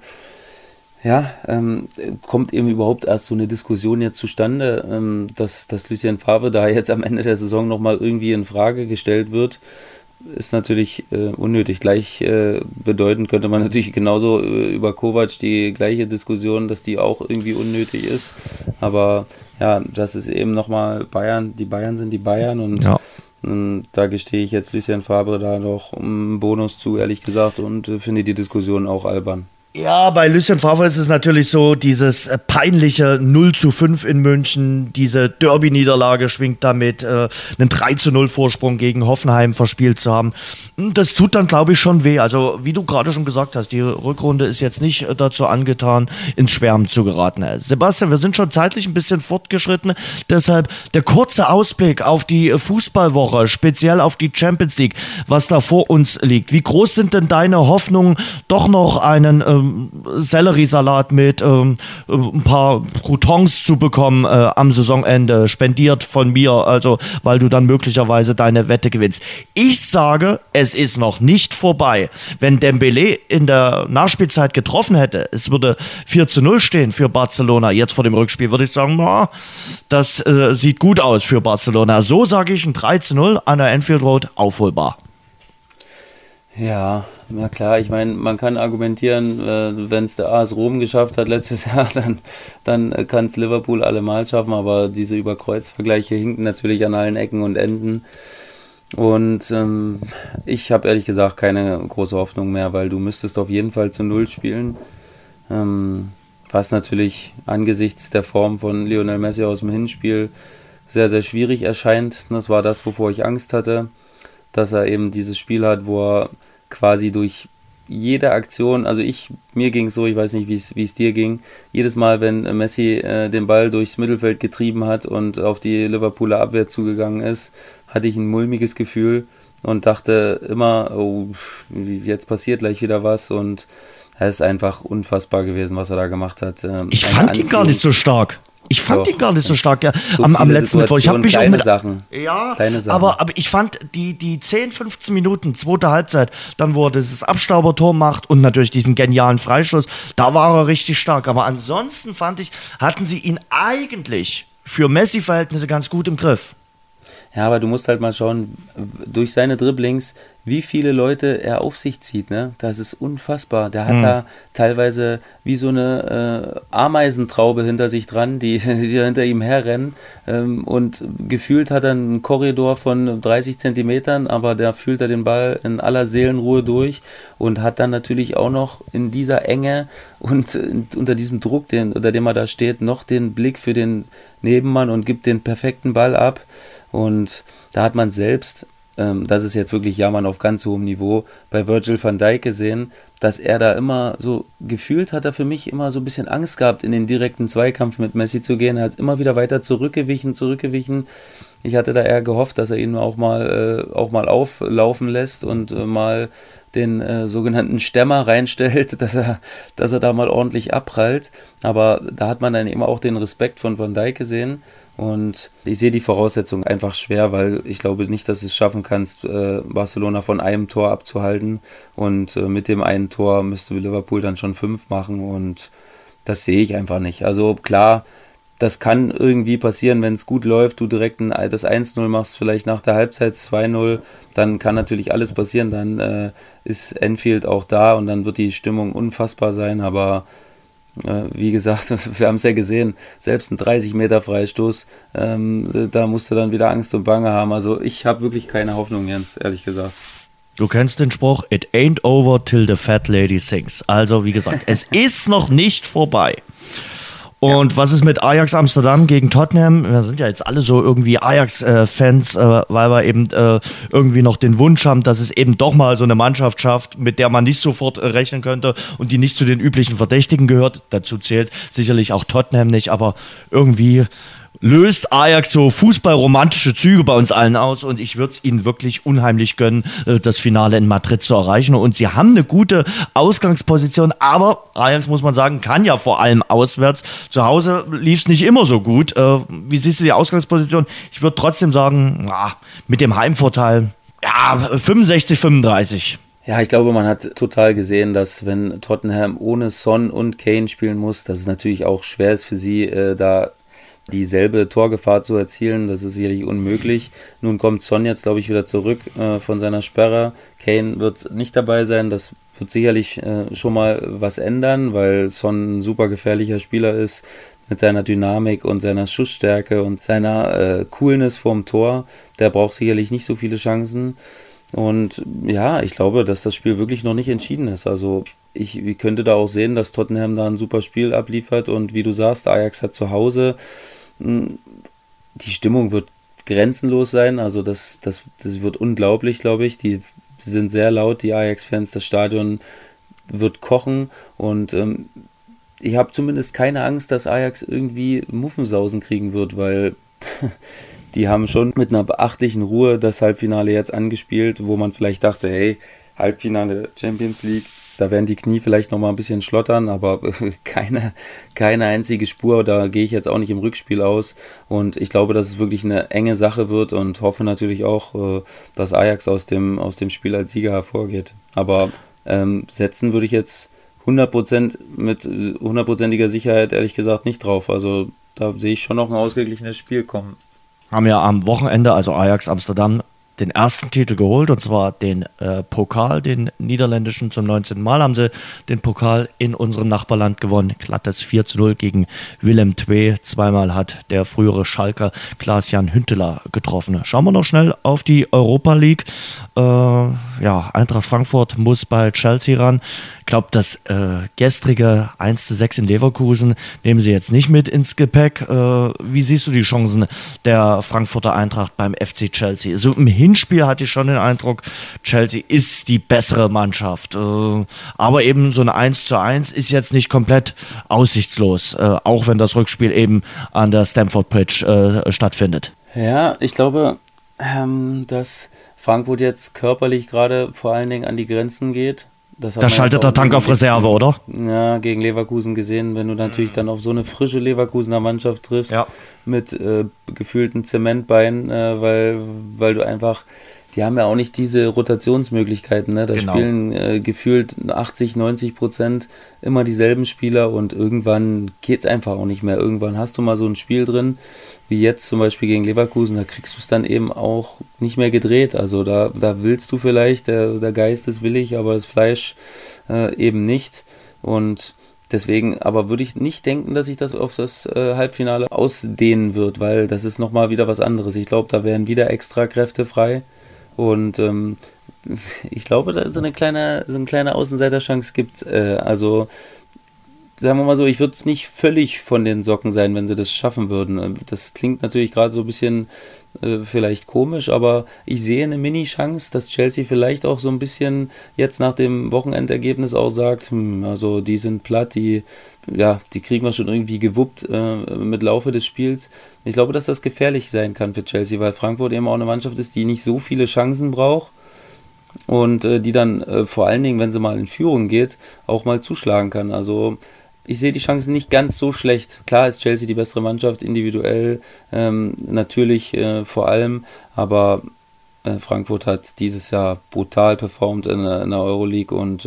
kommt eben überhaupt erst so eine Diskussion jetzt zustande, dass Lucien Favre da jetzt am Ende der Saison nochmal irgendwie in Frage gestellt wird. Ist natürlich unnötig. Gleich bedeutend könnte man natürlich genauso über Kovac die gleiche Diskussion, dass die auch irgendwie unnötig ist. Aber ja, das ist eben nochmal Bayern. Die Bayern sind die Bayern und da gestehe ich jetzt Lucien Favre da noch einen Bonus zu, ehrlich gesagt, und finde die Diskussion auch albern. Ja, bei Lucien Favre ist es natürlich so, dieses peinliche 0:5 in München, diese Derby-Niederlage schwingt damit, einen 3:0 Vorsprung gegen Hoffenheim verspielt zu haben. Das tut dann, glaube ich, schon weh. Also, wie du gerade schon gesagt hast, die Rückrunde ist jetzt nicht dazu angetan, ins Schwärmen zu geraten. Sebastian, wir sind schon zeitlich ein bisschen fortgeschritten, deshalb der kurze Ausblick auf die Fußballwoche, speziell auf die Champions League, was da vor uns liegt. Wie groß sind denn deine Hoffnungen, doch noch einen Selleriesalat mit ein paar Croutons zu bekommen am Saisonende, spendiert von mir, also weil du dann möglicherweise deine Wette gewinnst. Ich sage, es ist noch nicht vorbei. Wenn Dembélé in der Nachspielzeit getroffen hätte, es würde 4-0 stehen für Barcelona, jetzt vor dem Rückspiel, würde ich sagen, das sieht gut aus für Barcelona. So sage ich, ein 3-0 an der Anfield Road aufholbar. Ja, na klar, ich meine, man kann argumentieren, wenn es der AS Rom geschafft hat letztes Jahr, dann kann es Liverpool allemal schaffen, aber diese Überkreuzvergleiche hinken natürlich an allen Ecken und Enden. Und ich habe ehrlich gesagt keine große Hoffnung mehr, weil du müsstest auf jeden Fall zu 0 spielen, was natürlich angesichts der Form von Lionel Messi aus dem Hinspiel sehr, sehr schwierig erscheint. Das war das, wovor ich Angst hatte, dass er eben dieses Spiel hat, wo er quasi durch jede Aktion, also mir ging es so, ich weiß nicht, wie es dir ging, jedes Mal, wenn Messi den Ball durchs Mittelfeld getrieben hat und auf die Liverpooler Abwehr zugegangen ist, hatte ich ein mulmiges Gefühl und dachte immer, oh, jetzt passiert gleich wieder was, und es ist einfach unfassbar gewesen, was er da gemacht hat. Ich fand ihn gar nicht so stark. Ich fand ihn gar nicht so stark, ja, so am letzten Mittwoch. Ich habe mich kleine auch mit Sachen. Ja, kleine Sachen. Aber ich fand die 10, 15 Minuten, zweite Halbzeit, dann wo er dieses Abstaubertor macht und natürlich diesen genialen Freistoß, da war er richtig stark. Aber ansonsten fand ich, hatten sie ihn eigentlich für Messi-Verhältnisse ganz gut im Griff. Ja, aber du musst halt mal schauen, durch seine Dribblings, wie viele Leute er auf sich zieht, ne? Das ist unfassbar. Der hat da teilweise wie so eine Ameisentraube hinter sich dran, die hinter ihm herrennen, und gefühlt hat er einen Korridor von 30 Zentimetern, aber da fühlt er den Ball in aller Seelenruhe durch und hat dann natürlich auch noch in dieser Enge und unter diesem Druck, unter dem er da steht, noch den Blick für den Nebenmann und gibt den perfekten Ball ab. Und da hat man selbst, das ist jetzt wirklich Jammern auf ganz hohem Niveau, bei Virgil van Dijk gesehen, dass er da immer so, gefühlt hat er für mich immer so ein bisschen Angst gehabt, in den direkten Zweikampf mit Messi zu gehen. Er hat immer wieder weiter zurückgewichen. Ich hatte da eher gehofft, dass er ihn auch mal auflaufen lässt und mal den sogenannten Stämmer reinstellt, dass er da mal ordentlich abprallt. Aber da hat man dann eben auch den Respekt von Van Dijk gesehen. Und ich sehe die Voraussetzungen einfach schwer, weil ich glaube nicht, dass du es schaffen kannst, Barcelona von einem Tor abzuhalten. Und mit dem einen Tor müsste Liverpool dann schon 5 machen. Und das sehe ich einfach nicht. Also klar, das kann irgendwie passieren, wenn es gut läuft, du direkt das 1-0 machst, vielleicht nach der Halbzeit 2-0, dann kann natürlich alles passieren. Dann ist Anfield auch da und dann wird die Stimmung unfassbar sein. Aber wie gesagt, wir haben es ja gesehen, selbst ein 30-Meter-Freistoß, da musst du dann wieder Angst und Bange haben. Also ich habe wirklich keine Hoffnung, Jens, ehrlich gesagt. Du kennst den Spruch, it ain't over till the fat lady sings. Also wie gesagt, es ist noch nicht vorbei. Und was ist mit Ajax Amsterdam gegen Tottenham? Wir sind ja jetzt alle so irgendwie Ajax-Fans, weil wir eben irgendwie noch den Wunsch haben, dass es eben doch mal so eine Mannschaft schafft, mit der man nicht sofort rechnen könnte und die nicht zu den üblichen Verdächtigen gehört. Dazu zählt sicherlich auch Tottenham nicht, aber irgendwie löst Ajax so fußballromantische Züge bei uns allen aus und ich würde es ihnen wirklich unheimlich gönnen, das Finale in Madrid zu erreichen. Und sie haben eine gute Ausgangsposition, aber Ajax, muss man sagen, kann ja vor allem auswärts. Zu Hause lief es nicht immer so gut. Wie siehst du die Ausgangsposition? Ich würde trotzdem sagen, mit dem Heimvorteil, 65-35. Ja, ich glaube, man hat total gesehen, dass wenn Tottenham ohne Son und Kane spielen muss, dass es natürlich auch schwer ist für sie, da dieselbe Torgefahr zu erzielen. Das ist sicherlich unmöglich. Nun kommt Son jetzt, glaube ich, wieder zurück von seiner Sperre. Kane wird nicht dabei sein. Das wird sicherlich schon mal was ändern, weil Son ein super gefährlicher Spieler ist mit seiner Dynamik und seiner Schussstärke und seiner Coolness vorm Tor. Der braucht sicherlich nicht so viele Chancen. Und ja, ich glaube, dass das Spiel wirklich noch nicht entschieden ist. Also ich könnte da auch sehen, dass Tottenham da ein super Spiel abliefert und wie du sagst, Ajax hat zu Hause. Die Stimmung wird grenzenlos sein, also das wird unglaublich, glaube ich. Die sind sehr laut, die Ajax-Fans, das Stadion wird kochen und ich habe zumindest keine Angst, dass Ajax irgendwie Muffensausen kriegen wird, weil die haben schon mit einer beachtlichen Ruhe das Halbfinale jetzt angespielt, wo man vielleicht dachte, hey, Halbfinale Champions League, Da werden die Knie vielleicht nochmal ein bisschen schlottern, aber keine einzige Spur. Da gehe ich jetzt auch nicht im Rückspiel aus. Und ich glaube, dass es wirklich eine enge Sache wird und hoffe natürlich auch, dass Ajax aus dem Spiel als Sieger hervorgeht. Aber setzen würde ich jetzt 100% mit 100%iger Sicherheit ehrlich gesagt nicht drauf. Also da sehe ich schon noch ein ausgeglichenes Spiel kommen. Haben ja am Wochenende, also Ajax Amsterdam, den ersten Titel geholt, und zwar den Pokal, den niederländischen. Zum 19. Mal haben sie den Pokal in unserem Nachbarland gewonnen. Glattes 4:0 gegen Willem II. Zweimal hat der frühere Schalker Klaas-Jan Huntelaar getroffen. Schauen wir noch schnell auf die Europa League. Eintracht Frankfurt muss bei Chelsea ran. Ich glaube, das gestrige 1:6 in Leverkusen nehmen sie jetzt nicht mit ins Gepäck. Wie siehst du die Chancen der Frankfurter Eintracht beim FC Chelsea? So im Hinspiel hatte ich schon den Eindruck, Chelsea ist die bessere Mannschaft. Aber eben so eine 1:1 ist jetzt nicht komplett aussichtslos, auch wenn das Rückspiel eben an der Stamford Bridge stattfindet. Ja, ich glaube, dass Frankfurt jetzt körperlich gerade vor allen Dingen an die Grenzen geht. Da schaltet der Tank auf Reserve, oder? Ja, gegen Leverkusen gesehen, wenn du natürlich dann auf so eine frische Leverkusener Mannschaft triffst, mit gefühlten Zementbeinen, weil du einfach, die haben ja auch nicht diese Rotationsmöglichkeiten, ne? Da spielen gefühlt 80-90% immer dieselben Spieler und irgendwann geht's einfach auch nicht mehr. Irgendwann hast du mal so ein Spiel drin, wie jetzt zum Beispiel gegen Leverkusen, da kriegst du es dann eben auch nicht mehr gedreht. Also da willst du vielleicht, der Geist ist willig, aber das Fleisch eben nicht. Und deswegen aber würde ich nicht denken, dass sich das auf das Halbfinale ausdehnen wird, weil das ist nochmal wieder was anderes. Ich glaube, da werden wieder extra Kräfte frei. Und ich glaube, da so eine kleine Außenseiterchance gibt. Also sagen wir mal so, ich würde nicht völlig von den Socken sein, wenn sie das schaffen würden. Das klingt natürlich gerade so ein bisschen vielleicht komisch, aber ich sehe eine Mini-Chance, dass Chelsea vielleicht auch so ein bisschen jetzt nach dem Wochenendergebnis auch sagt, also die sind platt, die kriegen wir schon irgendwie gewuppt mit Laufe des Spiels. Ich glaube, dass das gefährlich sein kann für Chelsea, weil Frankfurt eben auch eine Mannschaft ist, die nicht so viele Chancen braucht und die dann vor allen Dingen, wenn sie mal in Führung geht, auch mal zuschlagen kann. Also ich sehe die Chancen nicht ganz so schlecht. Klar ist Chelsea die bessere Mannschaft, individuell natürlich vor allem, aber Frankfurt hat dieses Jahr brutal performt in der Euroleague und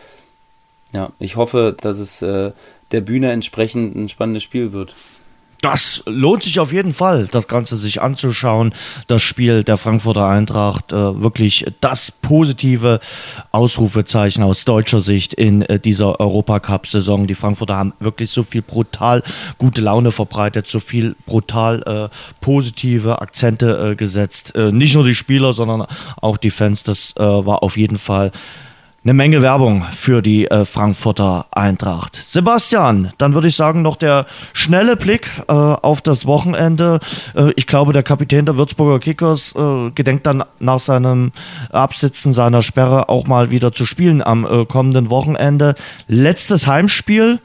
ich hoffe, dass es der Bühne entsprechend ein spannendes Spiel wird. Das lohnt sich auf jeden Fall, das Ganze sich anzuschauen. Das Spiel der Frankfurter Eintracht, wirklich das positive Ausrufezeichen aus deutscher Sicht in dieser Europacup-Saison. Die Frankfurter haben wirklich so viel brutal gute Laune verbreitet, so viel brutal positive Akzente gesetzt. Nicht nur die Spieler, sondern auch die Fans. Das war auf jeden Fall eine Menge Werbung für die Frankfurter Eintracht. Sebastian, dann würde ich sagen, noch der schnelle Blick auf das Wochenende. Ich glaube, der Kapitän der Würzburger Kickers gedenkt dann nach seinem Absitzen seiner Sperre auch mal wieder zu spielen am kommenden Wochenende. Letztes Heimspiel,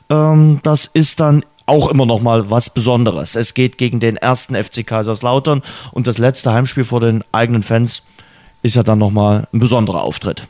das ist dann auch immer noch mal was Besonderes. Es geht gegen den 1. FC Kaiserslautern und das letzte Heimspiel vor den eigenen Fans ist ja dann noch mal ein besonderer Auftritt.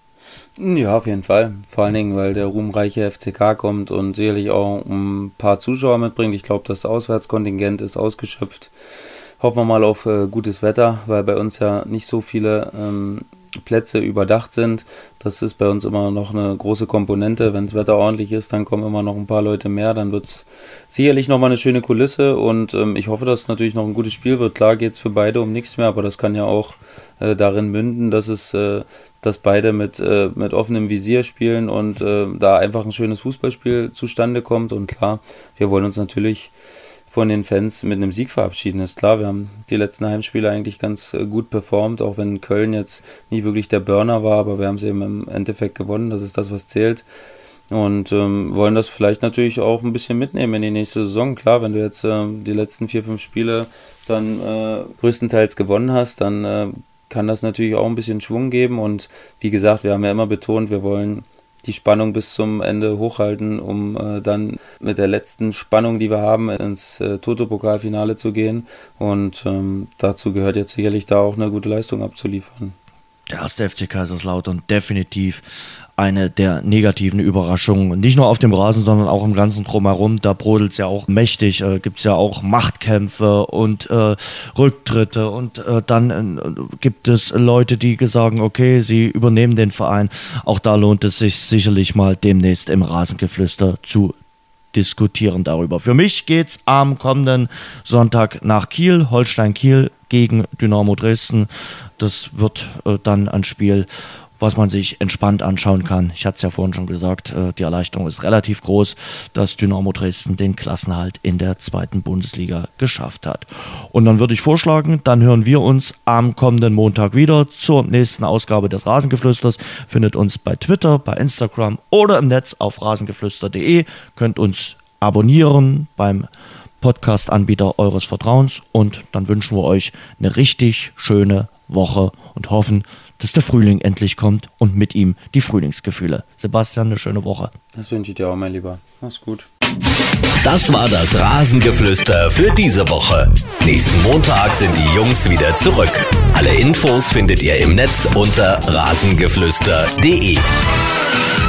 Ja, auf jeden Fall. Vor allen Dingen, weil der ruhmreiche FCK kommt und sicherlich auch ein paar Zuschauer mitbringt. Ich glaube, das Auswärtskontingent ist ausgeschöpft. Hoffen wir mal auf gutes Wetter, weil bei uns ja nicht so viele Plätze überdacht sind. Das ist bei uns immer noch eine große Komponente. Wenn das Wetter ordentlich ist, dann kommen immer noch ein paar Leute mehr. Dann wird es sicherlich nochmal eine schöne Kulisse und ich hoffe, dass es natürlich noch ein gutes Spiel wird. Klar geht es für beide um nichts mehr, aber das kann ja auch darin münden, dass beide mit offenem Visier spielen und da einfach ein schönes Fußballspiel zustande kommt. Und klar, wir wollen uns natürlich von den Fans mit einem Sieg verabschieden. Ist klar, wir haben die letzten Heimspiele eigentlich ganz gut performt, auch wenn Köln jetzt nicht wirklich der Burner war, aber wir haben es eben im Endeffekt gewonnen, das ist das, was zählt. Und wollen das vielleicht natürlich auch ein bisschen mitnehmen in die nächste Saison. Klar, wenn du jetzt die letzten 4-5 Spiele dann größtenteils gewonnen hast, dann kann das natürlich auch ein bisschen Schwung geben. Und wie gesagt, wir haben ja immer betont, wir wollen die Spannung bis zum Ende hochhalten, um dann mit der letzten Spannung, die wir haben, ins Toto-Pokalfinale zu gehen. Und dazu gehört jetzt sicherlich da auch eine gute Leistung abzuliefern. Der erste FC Kaiserslautern definitiv eine der negativen Überraschungen. Nicht nur auf dem Rasen, sondern auch im ganzen Drumherum. Da brodelt es ja auch mächtig. Gibt es ja auch Machtkämpfe und Rücktritte. Und dann gibt es Leute, die sagen, okay, sie übernehmen den Verein. Auch da lohnt es sich sicherlich mal demnächst im Rasengeflüster zu diskutieren darüber. Für mich geht's am kommenden Sonntag nach Kiel, Holstein Kiel gegen Dynamo Dresden. Das wird dann ein Spiel, was man sich entspannt anschauen kann. Ich hatte es ja vorhin schon gesagt, die Erleichterung ist relativ groß, dass Dynamo Dresden den Klassenerhalt in der 2. Bundesliga geschafft hat. Und dann würde ich vorschlagen, dann hören wir uns am kommenden Montag wieder zur nächsten Ausgabe des Rasengeflüsters. Findet uns bei Twitter, bei Instagram oder im Netz auf rasengeflüster.de. Könnt uns abonnieren beim Podcast-Anbieter eures Vertrauens und dann wünschen wir euch eine richtig schöne Woche und hoffen, dass der Frühling endlich kommt und mit ihm die Frühlingsgefühle. Sebastian, eine schöne Woche. Das wünsche ich dir auch, mein Lieber. Mach's gut. Das war das Rasengeflüster für diese Woche. Nächsten Montag sind die Jungs wieder zurück. Alle Infos findet ihr im Netz unter rasengeflüster.de.